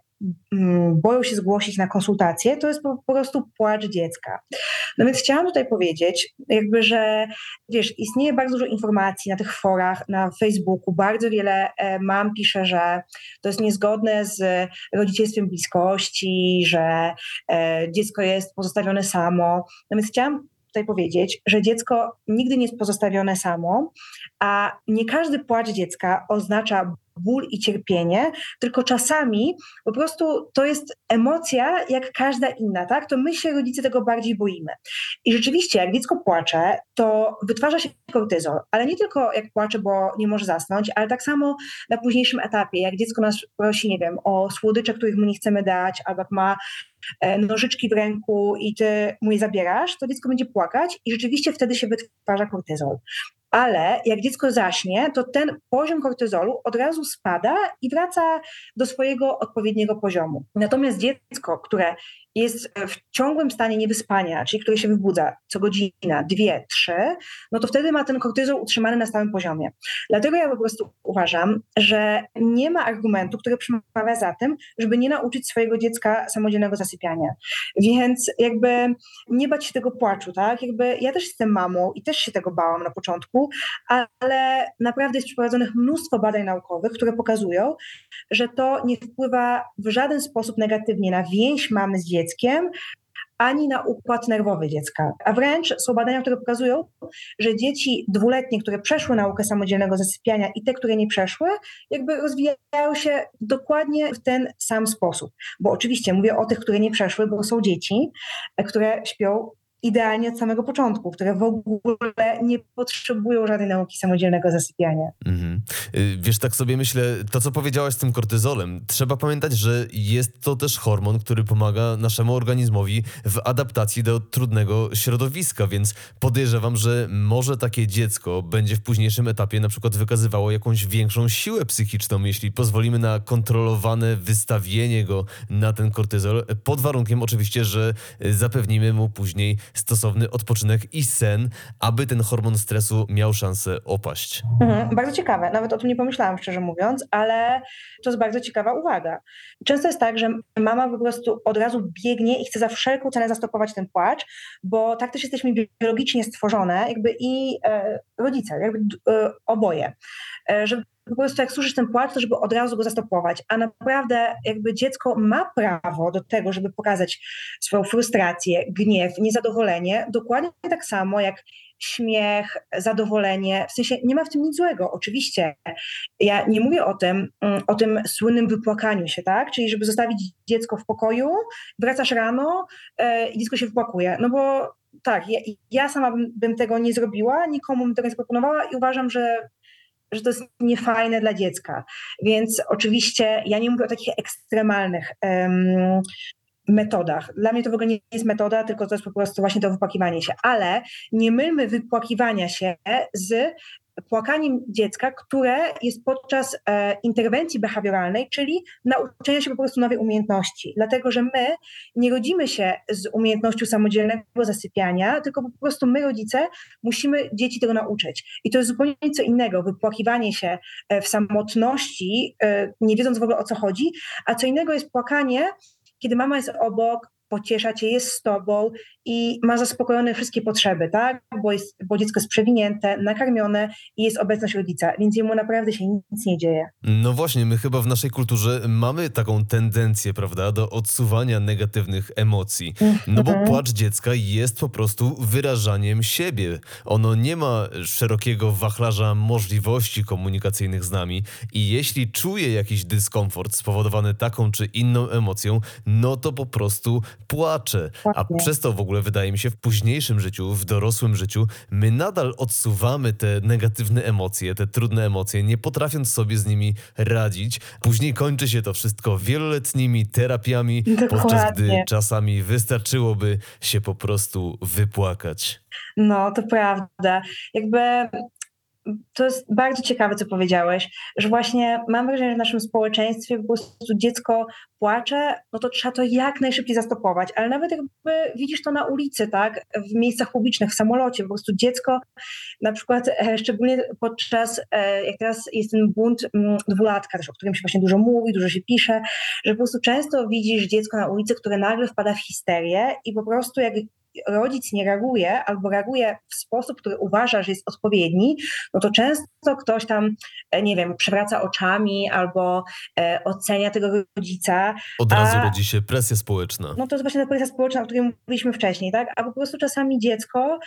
boją się zgłosić na konsultacje, to jest po prostu płacz dziecka. No więc chciałam tutaj powiedzieć, jakby, że wiesz, istnieje bardzo dużo informacji na tych forach, na Facebooku, bardzo wiele mam pisze, że to jest niezgodne z rodzicielstwem bliskości, że dziecko jest pozostawione samo. No więc chciałam tutaj powiedzieć, że dziecko nigdy nie jest pozostawione samo, a nie każdy płacz dziecka oznacza ból i cierpienie, tylko czasami po prostu to jest emocja jak każda inna, tak? To my się, rodzice, tego bardziej boimy. I rzeczywiście, jak dziecko płacze, to wytwarza się kortyzol, ale nie tylko jak płacze, bo nie może zasnąć, ale tak samo na późniejszym etapie, jak dziecko nas prosi, nie wiem, o słodycze, których mu nie chcemy dać, albo jak ma nożyczki w ręku i ty mu je zabierasz, to dziecko będzie płakać i rzeczywiście wtedy się wytwarza kortyzol. Ale jak dziecko zaśnie, to ten poziom kortyzolu od razu spada i wraca do swojego odpowiedniego poziomu. Natomiast dziecko, które jest w ciągłym stanie niewyspania, czyli które się wybudza co godzina, 2, 3, no to wtedy ma ten kortyzol utrzymany na stałym poziomie. Dlatego ja po prostu uważam, że nie ma argumentu, który przemawia za tym, żeby nie nauczyć swojego dziecka samodzielnego zasypiania. Więc jakby nie bać się tego płaczu, tak? Jakby ja też jestem mamą i też się tego bałam na początku, ale naprawdę jest przeprowadzonych mnóstwo badań naukowych, które pokazują, że to nie wpływa w żaden sposób negatywnie na więź mamy z dzieckiem, ani na układ nerwowy dziecka. A wręcz są badania, które pokazują, że dzieci 2-letnie, które przeszły naukę samodzielnego zasypiania i te, które nie przeszły, jakby rozwijają się dokładnie w ten sam sposób. Bo oczywiście mówię o tych, które nie przeszły, bo są dzieci, które śpią idealnie od samego początku, które w ogóle nie potrzebują żadnej nauki samodzielnego zasypiania. Mhm. Wiesz, tak sobie myślę, to co powiedziałaś z tym kortyzolem, trzeba pamiętać, że jest to też hormon, który pomaga naszemu organizmowi w adaptacji do trudnego środowiska, więc podejrzewam, że może takie dziecko będzie w późniejszym etapie na przykład wykazywało jakąś większą siłę psychiczną, jeśli pozwolimy na kontrolowane wystawienie go na ten kortyzol, pod warunkiem oczywiście, że zapewnimy mu później stosowny odpoczynek i sen, aby ten hormon stresu miał szansę opaść. Bardzo ciekawe, nawet o tym nie pomyślałam, szczerze mówiąc, ale to jest bardzo ciekawa uwaga. Często jest tak, że mama po prostu od razu biegnie i chce za wszelką cenę zastopować ten płacz, bo tak też jesteśmy biologicznie stworzone, jakby i rodzice, jakby oboje, że po prostu jak słyszysz ten płacz, to żeby od razu go zastopować, a naprawdę jakby dziecko ma prawo do tego, żeby pokazać swoją frustrację, gniew, niezadowolenie, dokładnie tak samo jak śmiech, zadowolenie, w sensie nie ma w tym nic złego, oczywiście. Ja nie mówię o tym słynnym wypłakaniu się, tak? Czyli żeby zostawić dziecko w pokoju, wracasz rano i dziecko się wypłakuje, no bo tak, ja sama bym tego nie zrobiła, nikomu bym tego nie zaproponowała i uważam, że to jest niefajne dla dziecka. Więc oczywiście ja nie mówię o takich ekstremalnych metodach. Dla mnie to w ogóle nie jest metoda, tylko to jest po prostu właśnie to wypłakiwanie się. Ale nie mylmy wypłakiwania się z płakaniem dziecka, które jest podczas interwencji behawioralnej, czyli nauczenia się po prostu nowej umiejętności. Dlatego, że my nie rodzimy się z umiejętnością samodzielnego zasypiania, tylko po prostu my, rodzice, musimy dzieci tego nauczyć. I to jest zupełnie co innego. Wypłakiwanie się w samotności, nie wiedząc w ogóle o co chodzi, a co innego jest płakanie, kiedy mama jest obok, pociesza cię, jest z tobą i ma zaspokojone wszystkie potrzeby, tak? Bo dziecko jest przewinięte, nakarmione i jest obecność rodzica, więc jemu naprawdę się nic nie dzieje. No właśnie, my chyba w naszej kulturze mamy taką tendencję, prawda, do odsuwania negatywnych emocji. No bo płacz dziecka jest po prostu wyrażaniem siebie. Ono nie ma szerokiego wachlarza możliwości komunikacyjnych z nami i jeśli czuje jakiś dyskomfort spowodowany taką czy inną emocją, no to po prostu płacze. A przez to w ogóle wydaje mi się w późniejszym życiu, w dorosłym życiu, my nadal odsuwamy te negatywne emocje, te trudne emocje, nie potrafiąc sobie z nimi radzić. Później kończy się to wszystko wieloletnimi terapiami, podczas gdy czasami wystarczyłoby się po prostu wypłakać. No, to prawda. Jakby to jest bardzo ciekawe, co powiedziałeś, że właśnie mam wrażenie, że w naszym społeczeństwie po prostu dziecko płacze, no to trzeba to jak najszybciej zastopować, ale nawet jakby widzisz to na ulicy, tak, w miejscach publicznych, w samolocie, po prostu dziecko na przykład szczególnie podczas, jak teraz jest ten bunt dwulatka też, o którym się właśnie dużo mówi, dużo się pisze, że po prostu często widzisz dziecko na ulicy, które nagle wpada w histerię i po prostu jak rodzic nie reaguje albo reaguje w sposób, który uważa, że jest odpowiedni, no to często ktoś tam, nie wiem, przewraca oczami albo ocenia tego rodzica. Od razu rodzi się presja społeczna. No to jest właśnie ta presja społeczna, o której mówiliśmy wcześniej, tak? A po prostu czasami dziecko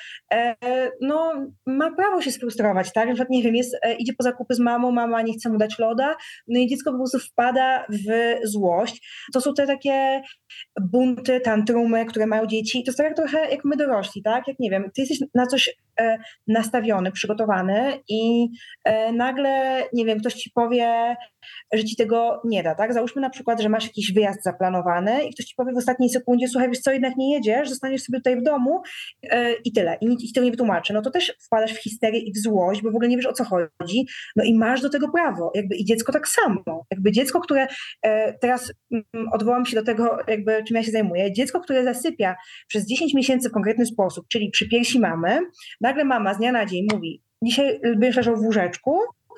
no, ma prawo się sfrustrować, tak? Na przykład, nie wiem, idzie po zakupy z mamą, mama nie chce mu dać loda, no i dziecko po prostu wpada w złość. To są te takie bunty, tantrumy, które mają dzieci. To jest tak trochę jak my dorośli, tak? Jak nie wiem, ty jesteś na coś nastawiony, przygotowany i nagle, nie wiem, ktoś ci powie, że ci tego nie da, tak? Załóżmy na przykład, że masz jakiś wyjazd zaplanowany i ktoś ci powie w ostatniej sekundzie, słuchaj, wiesz co, jednak nie jedziesz, zostaniesz sobie tutaj w domu i tyle. I nikt ci tego nie wytłumaczy. No to też wpadasz w histerię i w złość, bo w ogóle nie wiesz, o co chodzi. No i masz do tego prawo. Jakby i dziecko tak samo. Jakby dziecko, które teraz odwołam się do tego, jakby czym ja się zajmuję. Dziecko, które zasypia przez 10 miesięcy w konkretny sposób, czyli przy piersi mamy, nagle mama z dnia na dzień mówi, dzisiaj będziesz leżał w łóżeczku,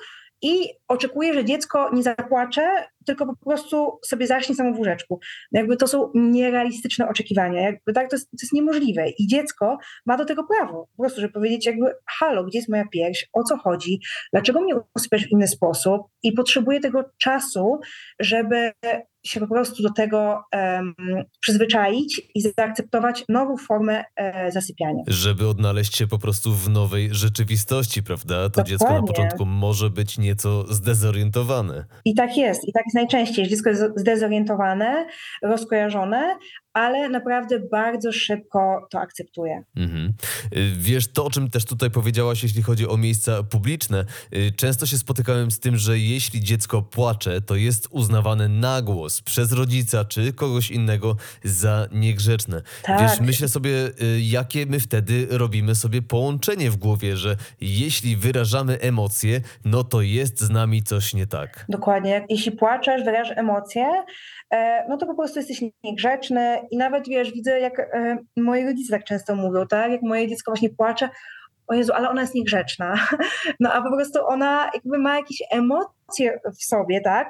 i oczekuje, że dziecko nie zapłacze, tylko po prostu sobie zaśnie samo w łóżeczku. No jakby to są nierealistyczne oczekiwania. Jakby tak, to jest niemożliwe. I dziecko ma do tego prawo. Po prostu, żeby powiedzieć jakby halo, gdzie jest moja pierś, o co chodzi, dlaczego mnie usypiasz w inny sposób i potrzebuję tego czasu, żeby się po prostu do tego przyzwyczaić i zaakceptować nową formę zasypiania. Żeby odnaleźć się po prostu w nowej rzeczywistości, prawda? To Dokładnie. dziecko na początku może być nieco zdezorientowane. I tak jest najczęściej. Dziecko jest zdezorientowane, rozkojarzone, ale naprawdę bardzo szybko to akceptuje. Mhm. Wiesz, to o czym też tutaj powiedziałaś, jeśli chodzi o miejsca publiczne, często się spotykałem z tym, że jeśli dziecko płacze, to jest uznawane na głos przez rodzica czy kogoś innego za niegrzeczne. Tak. Wiesz, myślę sobie, jakie my wtedy robimy sobie połączenie w głowie, że jeśli wyrażamy emocje, no to jest z nami coś nie tak. Dokładnie. Jeśli płaczesz, wyrażasz emocje, no to po prostu jesteś niegrzeczny i nawet, wiesz, widzę, jak moi rodzice tak często mówią, tak? Jak moje dziecko właśnie płacze, o Jezu, ale ona jest niegrzeczna. No a po prostu ona jakby ma jakieś emocje w sobie, tak?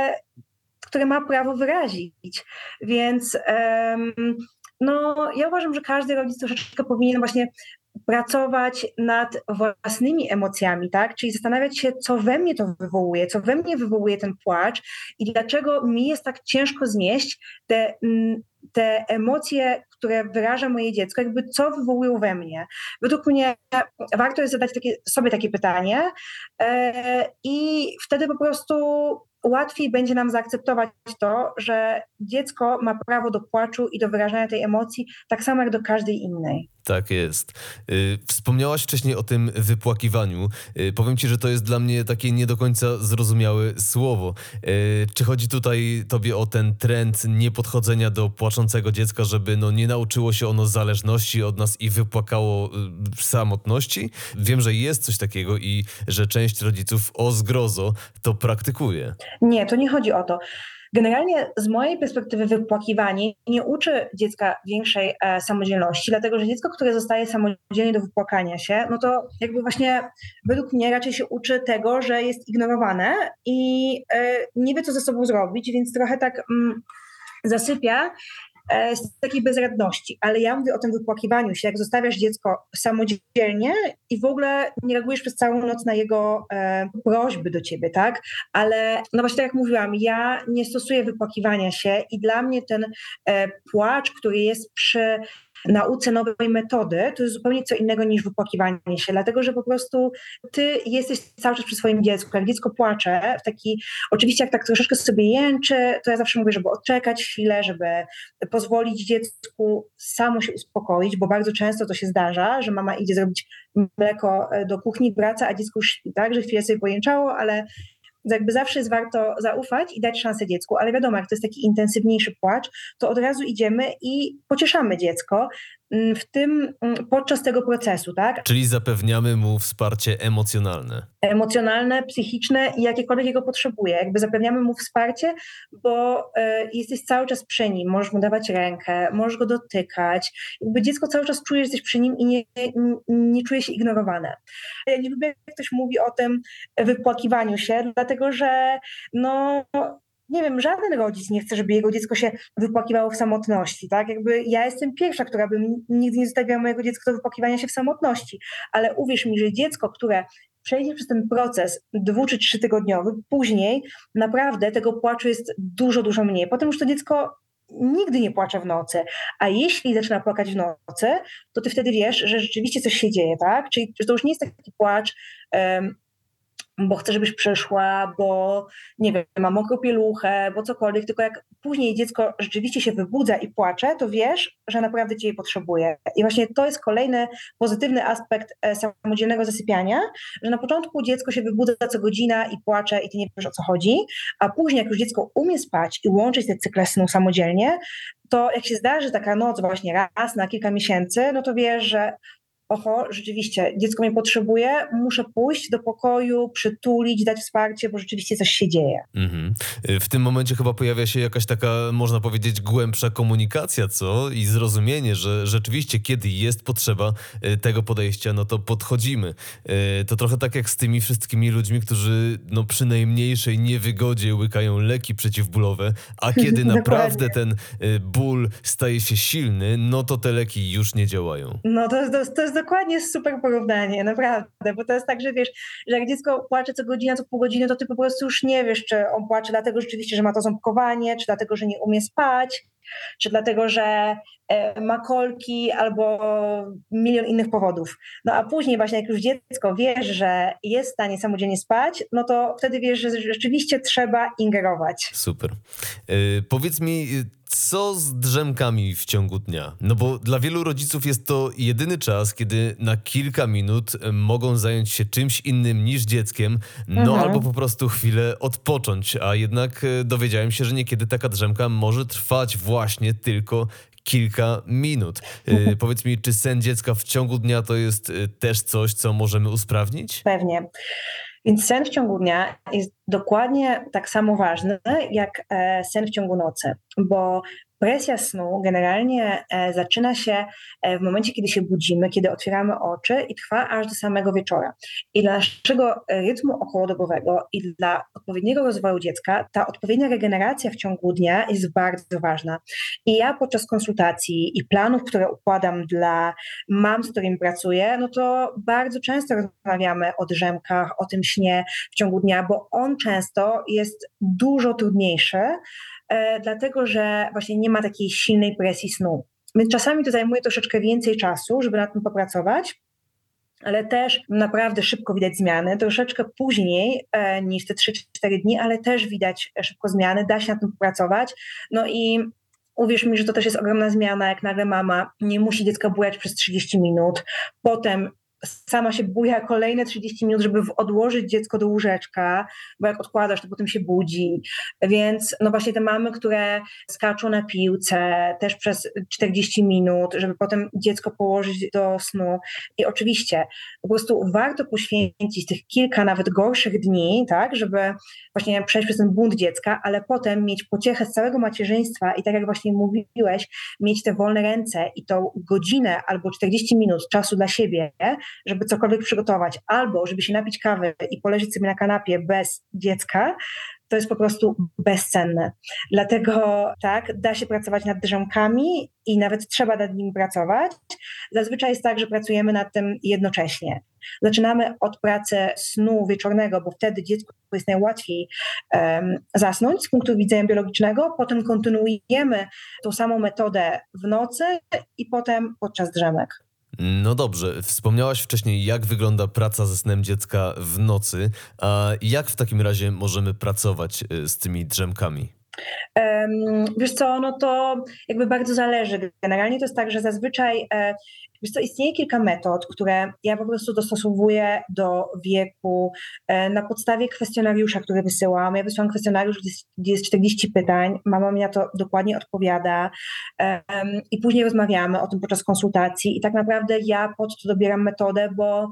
Które ma prawo wyrazić. Więc no ja uważam, że każdy rodzic troszeczkę powinien właśnie pracować nad własnymi emocjami, tak? Czyli zastanawiać się, co we mnie to wywołuje, co we mnie wywołuje ten płacz i dlaczego mi jest tak ciężko znieść te emocje, które wyraża moje dziecko, jakby co wywołują we mnie. Według mnie warto jest zadać sobie takie pytanie i wtedy po prostu łatwiej będzie nam zaakceptować to, że dziecko ma prawo do płaczu i do wyrażania tej emocji, tak samo jak do każdej innej. Tak jest. Wspomniałaś wcześniej o tym wypłakiwaniu. Powiem ci, że to jest dla mnie takie nie do końca zrozumiałe słowo. Czy chodzi tutaj tobie o ten trend niepodchodzenia do płaczącego dziecka, żeby nie nauczyło się ono zależności od nas i wypłakało samotności? Wiem, że jest coś takiego i że część rodziców o zgrozo to praktykuje. Nie, to nie chodzi o to. Generalnie z mojej perspektywy wypłakiwanie nie uczy dziecka większej samodzielności, dlatego że dziecko, które zostaje samodzielnie do wypłakania się, no to jakby właśnie według mnie raczej się uczy tego, że jest ignorowane i nie wie, co ze sobą zrobić, więc trochę tak zasypia z takiej bezradności. Ale ja mówię o tym wypłakiwaniu się, jak zostawiasz dziecko samodzielnie i w ogóle nie reagujesz przez całą noc na jego prośby do ciebie, tak? Ale no właśnie tak jak mówiłam, ja nie stosuję wypłakiwania się i dla mnie ten płacz, który jest przy nauce nowej metody, to jest zupełnie co innego niż wypłakiwanie się, dlatego że po prostu ty jesteś cały czas przy swoim dziecku. Jak dziecko płacze, oczywiście jak tak troszeczkę sobie jęczy, to ja zawsze mówię, żeby odczekać chwilę, żeby pozwolić dziecku samo się uspokoić, bo bardzo często to się zdarza, że mama idzie zrobić mleko do kuchni, wraca, a dziecko już śpi, tak, że chwilę sobie pojęczało, ale jakby zawsze jest warto zaufać i dać szansę dziecku, ale wiadomo, jak to jest taki intensywniejszy płacz, to od razu idziemy i pocieszamy dziecko podczas tego procesu, tak? Czyli zapewniamy mu wsparcie emocjonalne. Emocjonalne, psychiczne i jakiekolwiek jego potrzebuje. Jakby zapewniamy mu wsparcie, bo jesteś cały czas przy nim, możesz mu dawać rękę, możesz go dotykać. Jakby dziecko cały czas czuje, że jesteś przy nim i nie czuje się ignorowane. Ja nie lubię, jak ktoś mówi o tym wypłakiwaniu się, dlatego że nie wiem, żaden rodzic nie chce, żeby jego dziecko się wypłakiwało w samotności, tak? Jakby ja jestem pierwsza, która by nigdy nie zostawiała mojego dziecka do wypłakiwania się w samotności, ale uwierz mi, że dziecko, które przejdzie przez ten proces 2 czy 3 tygodniowy, później naprawdę tego płaczu jest dużo, dużo mniej. Potem już to dziecko nigdy nie płacze w nocy, a jeśli zaczyna płakać w nocy, to ty wtedy wiesz, że rzeczywiście coś się dzieje, tak? Czyli że to już nie jest taki płacz, bo chcę, żebyś przyszła, bo nie wiem, mam mokrą pieluchę, bo cokolwiek, tylko jak później dziecko rzeczywiście się wybudza i płacze, to wiesz, że naprawdę cię jej potrzebuje. I właśnie to jest kolejny pozytywny aspekt samodzielnego zasypiania, że na początku dziecko się wybudza co godzina i płacze i ty nie wiesz, o co chodzi, a później jak już dziecko umie spać i łączyć te cykle snu samodzielnie, to jak się zdarzy taka noc właśnie raz na kilka miesięcy, no to wiesz, że oho, rzeczywiście, dziecko mnie potrzebuje, muszę pójść do pokoju, przytulić, dać wsparcie, bo rzeczywiście coś się dzieje. Mhm. W tym momencie chyba pojawia się jakaś taka, można powiedzieć, głębsza komunikacja, co? I zrozumienie, że rzeczywiście, kiedy jest potrzeba tego podejścia, no to podchodzimy. To trochę tak jak z tymi wszystkimi ludźmi, którzy przy najmniejszej niewygodzie łykają leki przeciwbólowe, a kiedy naprawdę ten ból staje się silny, no to te leki już nie działają. No to jest dokładnie super porównanie, naprawdę, bo to jest tak, że wiesz, że jak dziecko płacze co godzina, co pół godziny, to ty po prostu już nie wiesz, czy on płacze dlatego rzeczywiście, że ma to ząbkowanie, czy dlatego, że nie umie spać, czy dlatego, że ma kolki albo milion innych powodów. No a później właśnie jak już dziecko wiesz, że jest w stanie samodzielnie spać, no to wtedy wiesz, że rzeczywiście trzeba ingerować. Super. Powiedz mi, co z drzemkami w ciągu dnia? No bo dla wielu rodziców jest to jedyny czas, kiedy na kilka minut mogą zająć się czymś innym niż dzieckiem, albo po prostu chwilę odpocząć, a jednak dowiedziałem się, że niekiedy taka drzemka może trwać właśnie tylko kilka minut. Powiedz mi, czy sen dziecka w ciągu dnia to jest też coś, co możemy usprawnić? Pewnie. Więc sen w ciągu dnia jest dokładnie tak samo ważny jak sen w ciągu nocy, bo presja snu generalnie zaczyna się w momencie, kiedy się budzimy, kiedy otwieramy oczy i trwa aż do samego wieczora. I dla naszego rytmu okołodobowego i dla odpowiedniego rozwoju dziecka ta odpowiednia regeneracja w ciągu dnia jest bardzo ważna. I ja podczas konsultacji i planów, które układam dla mam, z którymi pracuję, no to bardzo często rozmawiamy o drzemkach, o tym śnie w ciągu dnia, bo on często jest dużo trudniejszy, dlatego że właśnie nie ma takiej silnej presji snu. Więc czasami to zajmuje troszeczkę więcej czasu, żeby nad tym popracować, ale też naprawdę szybko widać zmiany, troszeczkę później niż te 3-4 dni, ale też widać szybko zmiany, da się nad tym popracować. No i uwierz mi, że to też jest ogromna zmiana, jak nagle mama nie musi dziecka bujać przez 30 minut, potem sama się buja kolejne 30 minut, żeby odłożyć dziecko do łóżeczka, bo jak odkładasz, to potem się budzi. Więc no właśnie te mamy, które skaczą na piłce też przez 40 minut, żeby potem dziecko położyć do snu. I oczywiście po prostu warto poświęcić tych kilka nawet gorszych dni, tak, żeby właśnie przejść przez ten bunt dziecka, ale potem mieć pociechę z całego macierzyństwa i tak jak właśnie mówiłeś, mieć te wolne ręce i tą godzinę albo 40 minut czasu dla siebie, żeby cokolwiek przygotować, albo żeby się napić kawy i poleżeć sobie na kanapie bez dziecka, to jest po prostu bezcenne. Dlatego tak, da się pracować nad drzemkami i nawet trzeba nad nimi pracować. Zazwyczaj jest tak, że pracujemy nad tym jednocześnie. Zaczynamy od pracy snu wieczornego, bo wtedy dziecku jest najłatwiej zasnąć z punktu widzenia biologicznego, potem kontynuujemy tą samą metodę w nocy i potem podczas drzemek. No dobrze, wspomniałaś wcześniej, jak wygląda praca ze snem dziecka w nocy, a jak w takim razie możemy pracować z tymi drzemkami? Wiesz co, no to jakby bardzo zależy. Generalnie to jest tak, że zazwyczaj wiesz co, istnieje kilka metod, które ja po prostu dostosowuję do wieku na podstawie kwestionariusza, który wysyłam. Ja wysyłam kwestionariusz, gdzie jest 40 pytań, mama mi na to dokładnie odpowiada i później rozmawiamy o tym podczas konsultacji i tak naprawdę ja pod to dobieram metodę, bo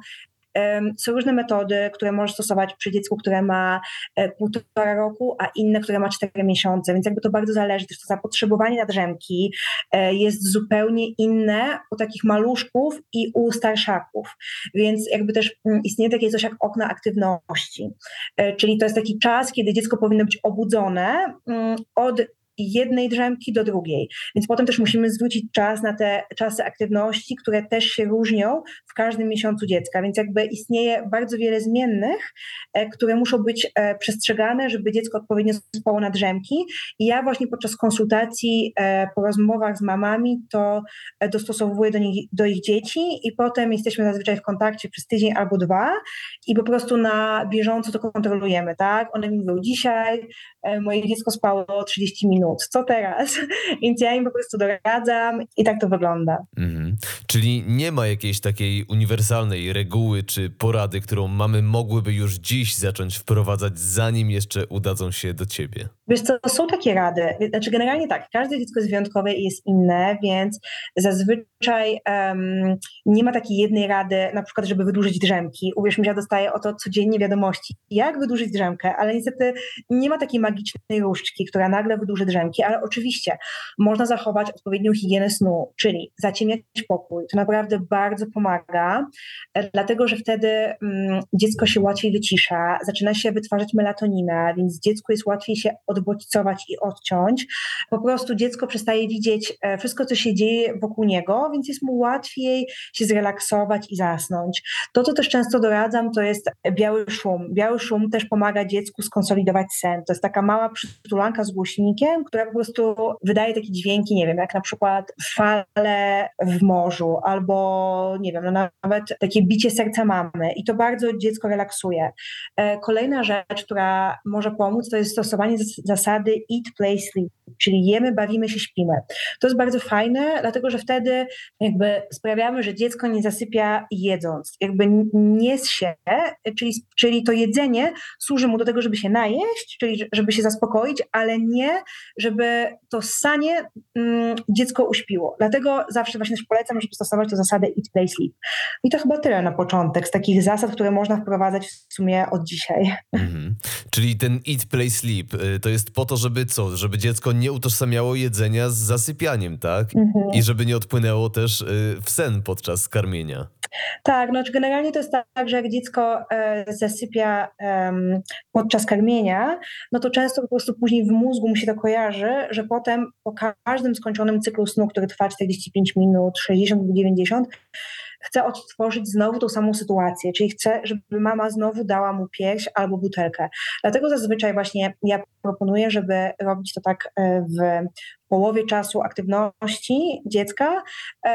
są różne metody, które możesz stosować przy dziecku, które ma 1,5 roku, a inne, które ma 4 miesiące, więc jakby to bardzo zależy. Też to zapotrzebowanie na drzemki jest zupełnie inne u takich maluszków i u starszaków, więc jakby też istnieje takie coś jak okna aktywności, czyli to jest taki czas, kiedy dziecko powinno być obudzone od jednej drzemki do drugiej. Więc potem też musimy zwrócić czas na te czasy aktywności, które też się różnią w każdym miesiącu dziecka. Więc jakby istnieje bardzo wiele zmiennych, które muszą być przestrzegane, żeby dziecko odpowiednio spało na drzemki. I ja właśnie podczas konsultacji, po rozmowach z mamami, to dostosowuję do ich dzieci i potem jesteśmy zazwyczaj w kontakcie przez tydzień albo 2 i po prostu na bieżąco to kontrolujemy, tak? One mi mówią, dzisiaj moje dziecko spało 30 minut, co teraz? Więc ja im po prostu doradzam i tak to wygląda. Mhm. Czyli nie ma jakiejś takiej uniwersalnej reguły czy porady, którą mamy mogłyby już dziś zacząć wprowadzać, zanim jeszcze udadzą się do ciebie. Wiesz co, są takie rady, znaczy generalnie tak, każde dziecko jest wyjątkowe i jest inne, więc zazwyczaj nie ma takiej jednej rady, na przykład, żeby wydłużyć drzemki. Uwierz mi, że ja dostaję o to codziennie wiadomości, jak wydłużyć drzemkę, ale niestety nie ma takiej magicznej różdżki, która nagle wydłuży drzemki, ale oczywiście można zachować odpowiednią higienę snu, czyli zaciemniać pokój. To naprawdę bardzo pomaga, dlatego że wtedy dziecko się łatwiej wycisza, zaczyna się wytwarzać melatoninę, więc dziecku jest łatwiej się odbodźcować i odciąć. Po prostu dziecko przestaje widzieć wszystko, co się dzieje wokół niego, więc jest mu łatwiej się zrelaksować i zasnąć. To, co też często doradzam, to jest biały szum. Biały szum też pomaga dziecku skonsolidować sen. To jest taka mała przytulanka z głośnikiem, która po prostu wydaje takie dźwięki, nie wiem, jak na przykład fale w morzu, albo nie wiem, no nawet takie bicie serca mamy i to bardzo dziecko relaksuje. Kolejna rzecz, która może pomóc, to jest stosowanie zasady eat, play, sleep, czyli jemy, bawimy się, śpimy. To jest bardzo fajne, dlatego że wtedy jakby sprawiamy, że dziecko nie zasypia jedząc, jakby nie się, czyli to jedzenie służy mu do tego, żeby się najeść, czyli żeby się zaspokoić, ale nie, żeby to ssanie dziecko uśpiło. Dlatego zawsze właśnie też polecam, żeby stosować tę zasadę eat, play, sleep. I to chyba tyle na początek z takich zasad, które można wprowadzać w sumie od dzisiaj. Mhm. Czyli ten eat, play, sleep to jest po to, żeby co? Żeby dziecko nie utożsamiało jedzenia z zasypianiem, tak? I żeby nie odpłynęło też w sen podczas karmienia. Tak, no generalnie to jest tak, że jak dziecko zasypia podczas karmienia, no to często po prostu później w mózgu mu się to kojarzy, że potem po każdym skończonym cyklu snu, który trwa 45 minut, 60 lub 90, chce odtworzyć znowu tą samą sytuację, czyli chce, żeby mama znowu dała mu pierś albo butelkę. Dlatego zazwyczaj właśnie ja proponuję, żeby robić to tak w połowie czasu aktywności dziecka,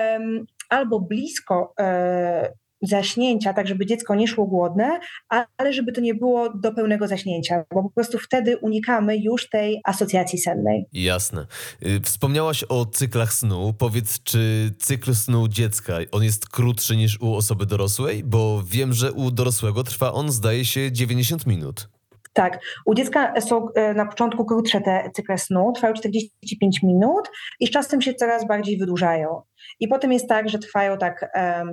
albo blisko zaśnięcia, tak żeby dziecko nie szło głodne, ale żeby to nie było do pełnego zaśnięcia, bo po prostu wtedy unikamy już tej asocjacji sennej. Jasne. Wspomniałaś o cyklach snu. Powiedz, czy cykl snu dziecka, on jest krótszy niż u osoby dorosłej? Bo wiem, że u dorosłego trwa on, zdaje się, 90 minut. Tak, u dziecka są na początku krótsze te cykle snu, trwają 45 minut i z czasem się coraz bardziej wydłużają. I potem jest tak, że trwają tak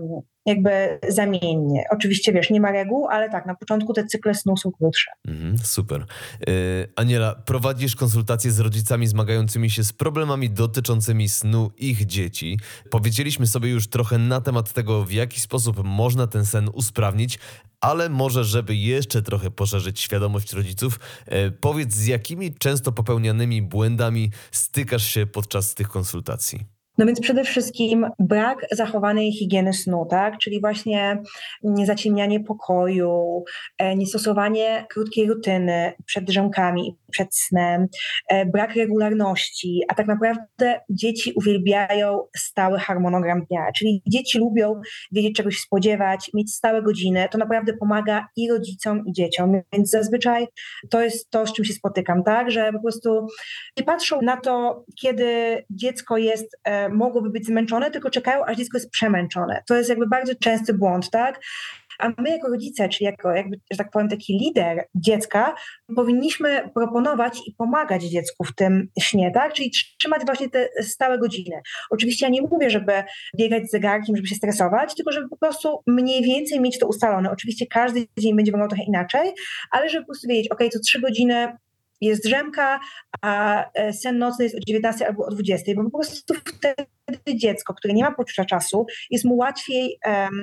jakby zamiennie. Oczywiście wiesz, nie ma reguł, ale tak, na początku te cykle snu są krótsze. Super. Aniela, prowadzisz konsultacje z rodzicami zmagającymi się z problemami dotyczącymi snu ich dzieci. Powiedzieliśmy sobie już trochę na temat tego, w jaki sposób można ten sen usprawnić, ale może, żeby jeszcze trochę poszerzyć świadomość rodziców, powiedz, z jakimi często popełnianymi błędami stykasz się podczas tych konsultacji? No więc przede wszystkim brak zachowanej higieny snu, tak? Czyli właśnie niezaciemnianie pokoju, niestosowanie krótkiej rutyny przed drzemkami i przed snem, brak regularności, a tak naprawdę dzieci uwielbiają stały harmonogram dnia, czyli dzieci lubią wiedzieć, czego się spodziewać, mieć stałe godziny, to naprawdę pomaga i rodzicom, i dzieciom, więc zazwyczaj to jest to, z czym się spotykam, tak, że po prostu nie patrzą na to, kiedy dziecko jest, mogłoby być zmęczone, tylko czekają, aż dziecko jest przemęczone. To jest jakby bardzo częsty błąd, tak? A my jako rodzice, czyli jako jakby, że tak powiem, taki lider dziecka, powinniśmy proponować i pomagać dziecku w tym śnie, tak? Czyli trzymać właśnie te stałe godziny. Oczywiście ja nie mówię, żeby biegać z zegarkiem, żeby się stresować, tylko żeby po prostu mniej więcej mieć to ustalone. Oczywiście każdy dzień będzie wyglądał trochę inaczej, ale żeby po prostu wiedzieć, co 3 godziny jest drzemka, a sen nocny jest o 19 albo o 20, bo po prostu wtedy dziecko, które nie ma poczucia czasu, jest mu łatwiej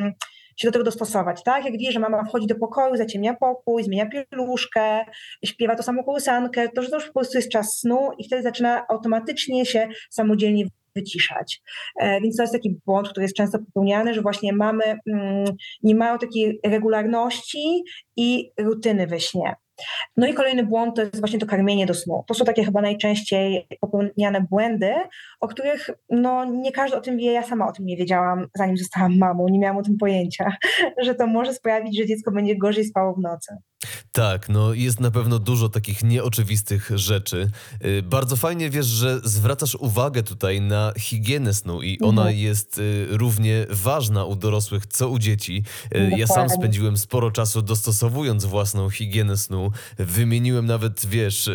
się do tego dostosować, tak? Jak wie, że mama wchodzi do pokoju, zaciemnia pokój, zmienia pieluszkę, śpiewa tą samą kołysankę, to już po prostu jest czas snu i wtedy zaczyna automatycznie się samodzielnie wyciszać. Więc to jest taki błąd, który jest często popełniany, że właśnie mamy nie mają takiej regularności i rutyny we śnie. No i kolejny błąd to jest właśnie to karmienie do snu. To są takie chyba najczęściej popełniane błędy, o których nie każdy o tym wie. Ja sama o tym nie wiedziałam, zanim zostałam mamą. Nie miałam o tym pojęcia, że to może sprawić, że dziecko będzie gorzej spało w nocy. Tak, jest na pewno dużo takich nieoczywistych rzeczy. Bardzo fajnie wiesz, że zwracasz uwagę tutaj na higienę snu i ona jest równie ważna u dorosłych, co u dzieci. Ja sam spędziłem sporo czasu dostosowując własną higienę snu. Wymieniłem nawet,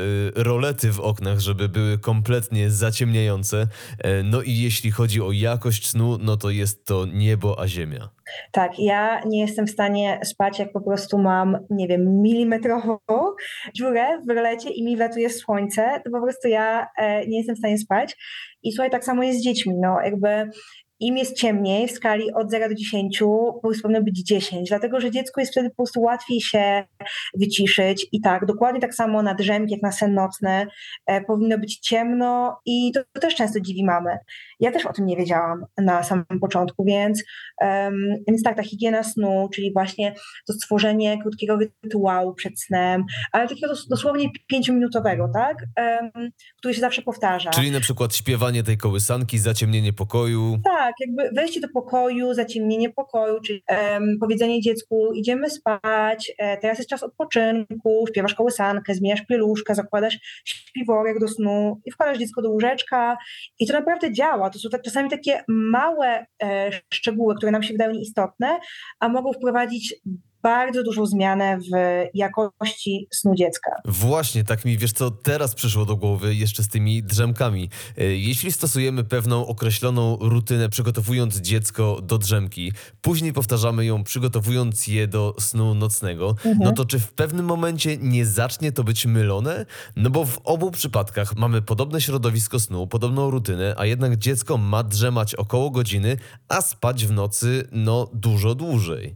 rolety w oknach, żeby były kompletnie zaciemniające. No i jeśli chodzi o jakość snu, to jest to niebo a ziemia. Tak, ja nie jestem w stanie spać, jak po prostu mam, nie wiem, milimetrową dziurę w rolecie i mi wlatuje słońce, to po prostu ja nie jestem w stanie spać. I słuchaj, tak samo jest z dziećmi, jakby im jest ciemniej w skali od 0 do 10, po prostu powinno być 10, dlatego że dziecku jest wtedy po prostu łatwiej się wyciszyć i tak, dokładnie tak samo na drzemki, jak na sen nocny, powinno być ciemno i to też często dziwi mamy. Ja też o tym nie wiedziałam na samym początku, więc tak, ta higiena snu, czyli właśnie to stworzenie krótkiego rytuału przed snem, ale takiego dosłownie 5-minutowego, tak, który się zawsze powtarza. Czyli na przykład śpiewanie tej kołysanki, zaciemnienie pokoju. Tak, jakby wejście do pokoju, zaciemnienie pokoju, czyli powiedzenie dziecku, idziemy spać, teraz jest czas odpoczynku, śpiewasz kołysankę, zmieniasz pieluszkę, zakładasz śpiworek do snu i wkładasz dziecko do łóżeczka i to naprawdę działa. To są czasami takie małe szczegóły, które nam się wydają nieistotne, a mogą wprowadzić bardzo dużą zmianę w jakości snu dziecka. Właśnie, tak mi, teraz przyszło do głowy jeszcze z tymi drzemkami. Jeśli stosujemy pewną określoną rutynę, przygotowując dziecko do drzemki, później powtarzamy ją, przygotowując je do snu nocnego, to czy w pewnym momencie nie zacznie to być mylone? Bo w obu przypadkach mamy podobne środowisko snu, podobną rutynę, a jednak dziecko ma drzemać około godziny, a spać w nocy, dużo dłużej.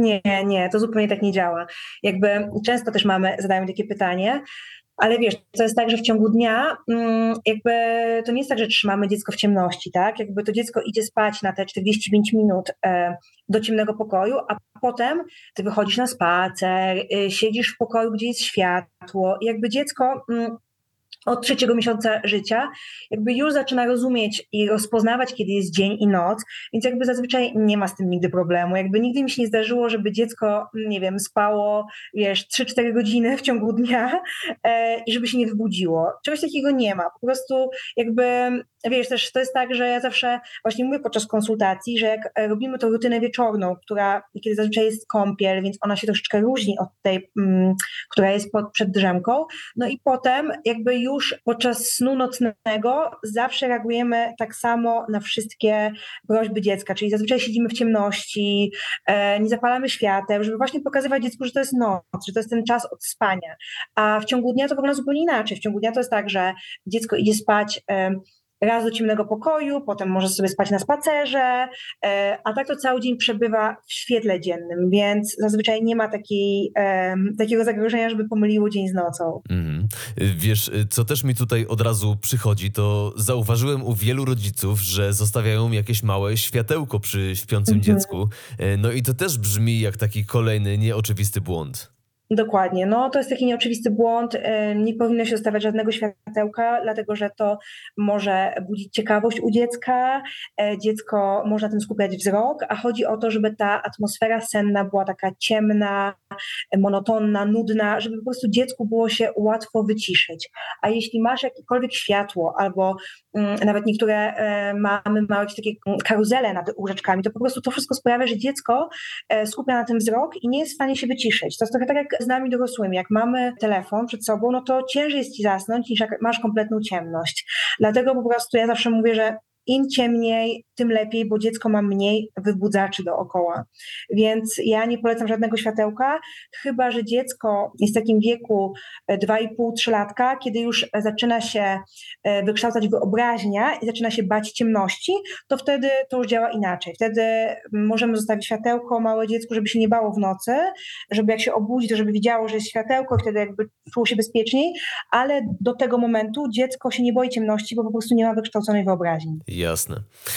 Nie, to zupełnie tak nie działa. Jakby często też zadają takie pytanie, ale wiesz, to jest tak, że w ciągu dnia jakby to nie jest tak, że trzymamy dziecko w ciemności, tak? Jakby to dziecko idzie spać na te 45 minut do ciemnego pokoju, a potem ty wychodzisz na spacer, siedzisz w pokoju, gdzie jest światło i jakby dziecko od 3 miesiąca życia jakby już zaczyna rozumieć i rozpoznawać, kiedy jest dzień i noc, więc jakby zazwyczaj nie ma z tym nigdy problemu. Jakby nigdy mi się nie zdarzyło, żeby dziecko, nie wiem, spało, 3-4 godziny w ciągu dnia i żeby się nie wybudziło. Czegoś takiego nie ma. Po prostu jakby, też to jest tak, że ja zawsze właśnie mówię podczas konsultacji, że jak robimy tą rutynę wieczorną, kiedy zazwyczaj jest kąpiel, więc ona się troszeczkę różni od tej, która jest przed drzemką, i potem jakby już podczas snu nocnego zawsze reagujemy tak samo na wszystkie prośby dziecka, czyli zazwyczaj siedzimy w ciemności, nie zapalamy świateł, żeby właśnie pokazywać dziecku, że to jest noc, że to jest ten czas od spania, a w ciągu dnia to wygląda zupełnie inaczej. W ciągu dnia to jest tak, że dziecko idzie spać raz do ciemnego pokoju, potem może sobie spać na spacerze, a tak to cały dzień przebywa w świetle dziennym, więc zazwyczaj nie ma takiego zagrożenia, żeby pomyliło dzień z nocą. Wiesz, co też mi tutaj od razu przychodzi, to zauważyłem u wielu rodziców, że zostawiają jakieś małe światełko przy śpiącym dziecku. I to też brzmi jak taki kolejny nieoczywisty błąd. Dokładnie. No, to jest taki nieoczywisty błąd. Nie powinno się zostawiać żadnego światełka, dlatego że to może budzić ciekawość u dziecka. Dziecko może na tym skupiać wzrok, a chodzi o to, żeby ta atmosfera senna była taka ciemna, monotonna, nudna, żeby po prostu dziecku było się łatwo wyciszyć. A jeśli masz jakiekolwiek światło albo nawet niektóre mamy mają jakieś takie karuzele nad łóżeczkami, to po prostu to wszystko sprawia, że dziecko skupia na tym wzrok i nie jest w stanie się wyciszyć. To jest trochę tak jak z nami dorosłymi. Jak mamy telefon przed sobą, no to ciężej jest ci zasnąć niż jak masz kompletną ciemność. Dlatego po prostu ja zawsze mówię, że im ciemniej, tym lepiej, bo dziecko ma mniej wybudzaczy dookoła. Więc ja nie polecam żadnego światełka, chyba że dziecko jest w takim wieku 2,5-3 latka, kiedy już zaczyna się wykształcać wyobraźnia i zaczyna się bać ciemności, to wtedy to już działa inaczej. Wtedy możemy zostawić światełko małe dziecku, żeby się nie bało w nocy, żeby jak się obudzi, to żeby widziało, że jest światełko, wtedy jakby czuło się bezpieczniej, ale do tego momentu dziecko się nie boi ciemności, bo po prostu nie ma wykształconej wyobraźni. Jasne.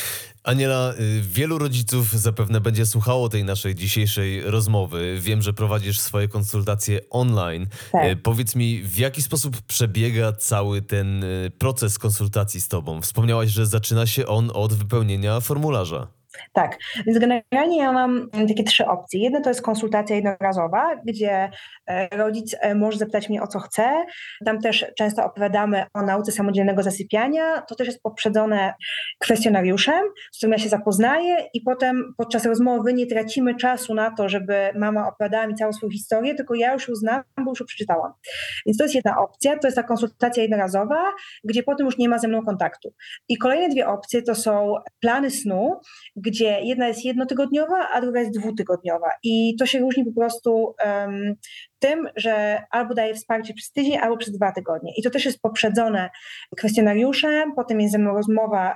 Aniela, wielu rodziców zapewne będzie słuchało tej naszej dzisiejszej rozmowy. Wiem, że prowadzisz swoje konsultacje online. Tak. Powiedz mi, w jaki sposób przebiega cały ten proces konsultacji z tobą? Wspomniałaś, że zaczyna się on od wypełnienia formularza. Tak, więc generalnie ja mam takie 3 opcje. Jedna to jest konsultacja jednorazowa, gdzie rodzic może zapytać mnie o co chce. Tam też często opowiadamy o nauce samodzielnego zasypiania. To też jest poprzedzone kwestionariuszem, z którym ja się zapoznaję i potem podczas rozmowy nie tracimy czasu na to, żeby mama opowiadała mi całą swoją historię, tylko ja już ją znam, bo już ją przeczytałam. Więc to jest jedna opcja, to jest ta konsultacja jednorazowa, gdzie potem już nie ma ze mną kontaktu. I kolejne 2 opcje to są plany snu, gdzie jedna jest jednotygodniowa, a druga jest 2-tygodniowa. I to się różni po prostu tym, że albo daje wsparcie przez tydzień, albo przez 2 tygodnie. I to też jest poprzedzone kwestionariuszem, potem jest ze mną rozmowa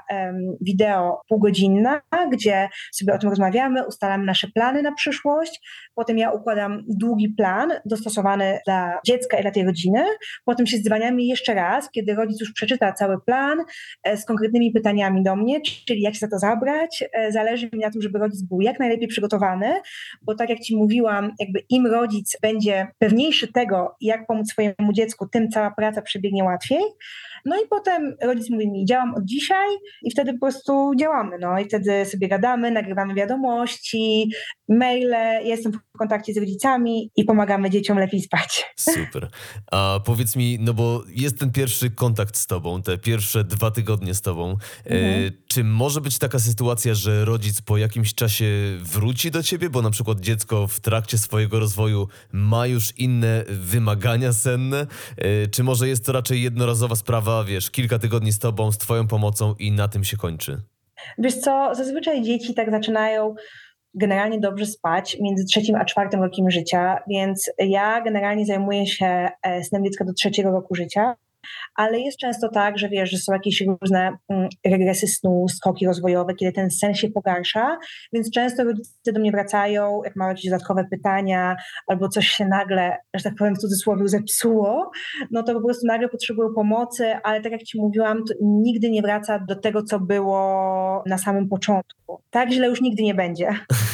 wideo półgodzinna, gdzie sobie o tym rozmawiamy, ustalamy nasze plany na przyszłość, potem ja układam długi plan dostosowany dla dziecka i dla tej rodziny, potem się dzwaniamy jeszcze raz, kiedy rodzic już przeczyta cały plan z konkretnymi pytaniami do mnie, czyli jak się za to zabrać. Zależy mi na tym, żeby rodzic był jak najlepiej przygotowany, bo tak jak ci mówiłam, jakby im rodzic będzie pewniejszy tego, jak pomóc swojemu dziecku, tym cała praca przebiegnie łatwiej. No i potem rodzic mówi mi, działam od dzisiaj i wtedy po prostu działamy. No i wtedy sobie gadamy, nagrywamy wiadomości, maile, ja jestem w kontakcie z rodzicami i pomagamy dzieciom lepiej spać. Super. A powiedz mi, no bo jest ten pierwszy kontakt z tobą, te pierwsze 2 tygodnie z tobą. Czy może być taka sytuacja, że rodzic po jakimś czasie wróci do ciebie, bo na przykład dziecko w trakcie swojego rozwoju ma już inne wymagania senne? Czy może jest to raczej jednorazowa sprawa, wiesz, kilka tygodni z tobą, z twoją pomocą i na tym się kończy? Wiesz co, zazwyczaj dzieci tak zaczynają generalnie dobrze spać między 3. a 4. rokiem życia, więc ja generalnie zajmuję się snem dziecka do 3. roku życia. Ale jest często tak, że wiesz, że są jakieś różne regresy snu, skoki rozwojowe, kiedy ten sen się pogarsza, więc często rodzice do mnie wracają, jak mają jakieś dodatkowe pytania, albo coś się nagle, że tak powiem w cudzysłowie, zepsuło, no to po prostu nagle potrzebują pomocy, ale tak jak ci mówiłam, to nigdy nie wraca do tego, co było na samym początku. Tak źle już nigdy nie będzie.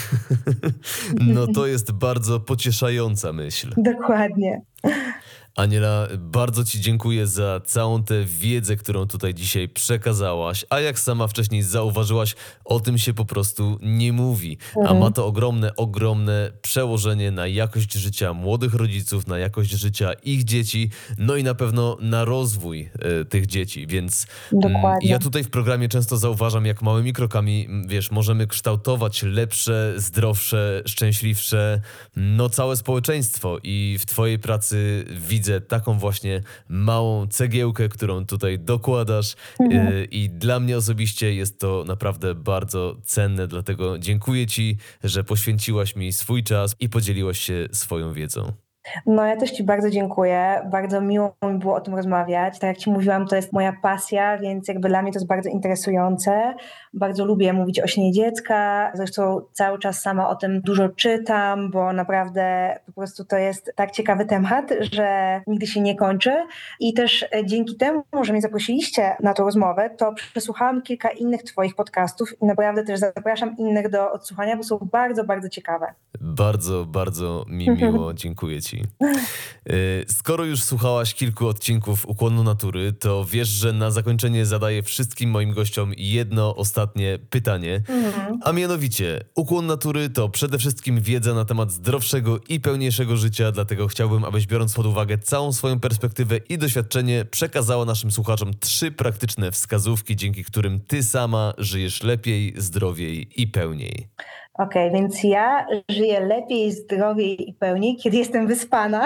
No to jest bardzo pocieszająca myśl. Dokładnie. Aniela, bardzo ci dziękuję za całą tę wiedzę, którą tutaj dzisiaj przekazałaś, a jak sama wcześniej zauważyłaś, o tym się po prostu nie mówi, a ma to ogromne przełożenie na jakość życia młodych rodziców, na jakość życia ich dzieci, no i na pewno na rozwój tych dzieci, więc Dokładnie. ja tutaj w programie często zauważam, jak małymi krokami, wiesz, możemy kształtować lepsze, zdrowsze, szczęśliwsze, no całe społeczeństwo i w twojej pracy widzę taką właśnie małą cegiełkę, którą tutaj dokładasz i dla mnie osobiście jest to naprawdę bardzo cenne, dlatego dziękuję ci, że poświęciłaś mi swój czas i podzieliłaś się swoją wiedzą. No ja też ci bardzo dziękuję, bardzo miło mi było o tym rozmawiać. Tak jak ci mówiłam, to jest moja pasja, więc jakby dla mnie to jest bardzo interesujące. Bardzo lubię mówić o śnie dziecka, zresztą cały czas sama o tym dużo czytam, bo naprawdę po prostu to jest tak ciekawy temat, że nigdy się nie kończy. I też dzięki temu, że mnie zaprosiliście na tą rozmowę, to przesłuchałam kilka innych twoich podcastów i naprawdę też zapraszam innych do odsłuchania, bo są bardzo, bardzo ciekawe. Bardzo mi miło, dziękuję ci. ci. Skoro już słuchałaś kilku odcinków Ukłonu Natury, to wiesz, że na zakończenie zadaję wszystkim moim gościom jedno ostatnie pytanie. A mianowicie, Ukłon Natury to przede wszystkim wiedza na temat zdrowszego i pełniejszego życia, dlatego chciałbym, abyś biorąc pod uwagę całą swoją perspektywę i doświadczenie, przekazała naszym słuchaczom 3 praktyczne wskazówki, dzięki którym ty sama żyjesz lepiej, zdrowiej i pełniej. Okej, więc ja żyję lepiej, zdrowiej i pełniej, kiedy jestem wyspana.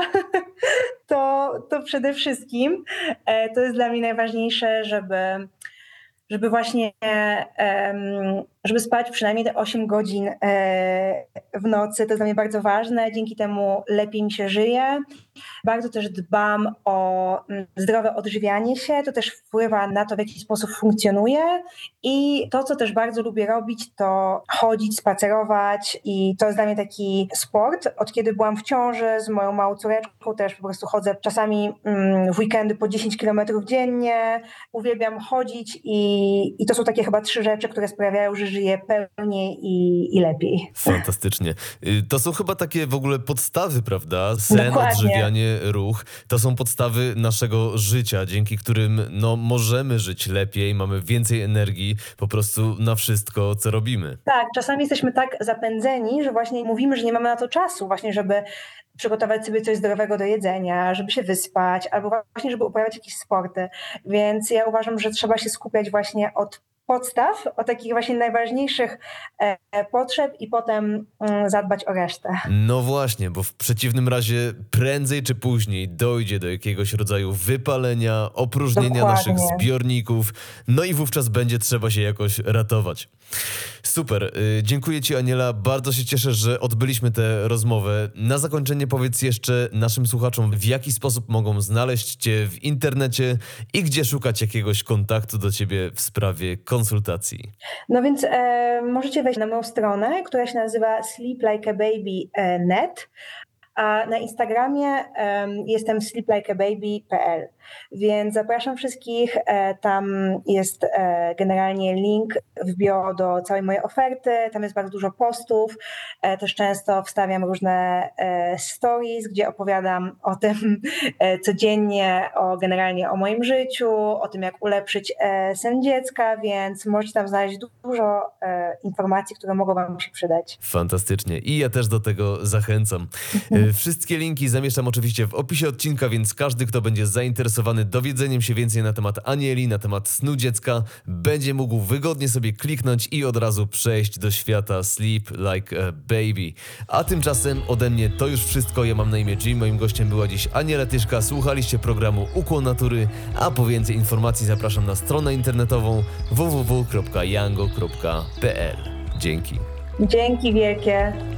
To przede wszystkim to jest dla mnie najważniejsze, żeby właśnie żeby spać przynajmniej te 8 godzin w nocy. To jest dla mnie bardzo ważne. Dzięki temu lepiej mi się żyje. Bardzo też dbam o zdrowe odżywianie się. To też wpływa na to, w jaki sposób funkcjonuję. I to, co też bardzo lubię robić, to chodzić, spacerować. I to jest dla mnie taki sport. Od kiedy byłam w ciąży z moją małą córeczką, też po prostu chodzę czasami w weekendy po 10 kilometrów dziennie. Uwielbiam chodzić i to są takie chyba 3 rzeczy, które sprawiają, że żyję pełniej i lepiej. Fantastycznie. To są chyba takie w ogóle podstawy, prawda? Sen, Dokładnie. odżywianie, ruch. To są podstawy naszego życia, dzięki którym możemy żyć lepiej, mamy więcej energii po prostu na wszystko, co robimy. Tak, czasami jesteśmy tak zapędzeni, że właśnie mówimy, że nie mamy na to czasu, właśnie żeby przygotować sobie coś zdrowego do jedzenia, żeby się wyspać, albo właśnie, żeby uprawiać jakieś sporty. Więc ja uważam, że trzeba się skupiać właśnie od podstaw, o takich właśnie najważniejszych potrzeb i potem zadbać o resztę. No właśnie, bo w przeciwnym razie prędzej czy później dojdzie do jakiegoś rodzaju wypalenia, opróżnienia Dokładnie. naszych zbiorników, no i wówczas będzie trzeba się jakoś ratować. Super, dziękuję ci, Aniela, bardzo się cieszę, że odbyliśmy tę rozmowę. Na zakończenie powiedz jeszcze naszym słuchaczom, w jaki sposób mogą znaleźć cię w internecie i gdzie szukać jakiegoś kontaktu do ciebie w sprawie konsultacji. No więc możecie wejść na moją stronę, która się nazywa sleeplikeababy.net, a na Instagramie jestem sleeplikeababy.pl, więc zapraszam wszystkich. Tam jest generalnie link w bio do całej mojej oferty, tam jest bardzo dużo postów, też często wstawiam różne stories, gdzie opowiadam o tym codziennie, generalnie o moim życiu, o tym, jak ulepszyć sen dziecka, więc możecie tam znaleźć dużo informacji, które mogą wam się przydać. Fantastycznie i ja też do tego zachęcam. Wszystkie linki zamieszczam oczywiście w opisie odcinka, więc każdy, kto będzie zainteresowany dowiedzeniem się więcej na temat Anieli, na temat snu dziecka, będzie mógł wygodnie sobie kliknąć i od razu przejść do świata Sleep Like a Baby. A tymczasem ode mnie to już wszystko. Ja mam na imię Jim, moim gościem była dziś Aniela Tyszka. Słuchaliście programu Ukłon Natury, a po więcej informacji zapraszam na stronę internetową www.yango.pl. Dzięki. Dzięki wielkie.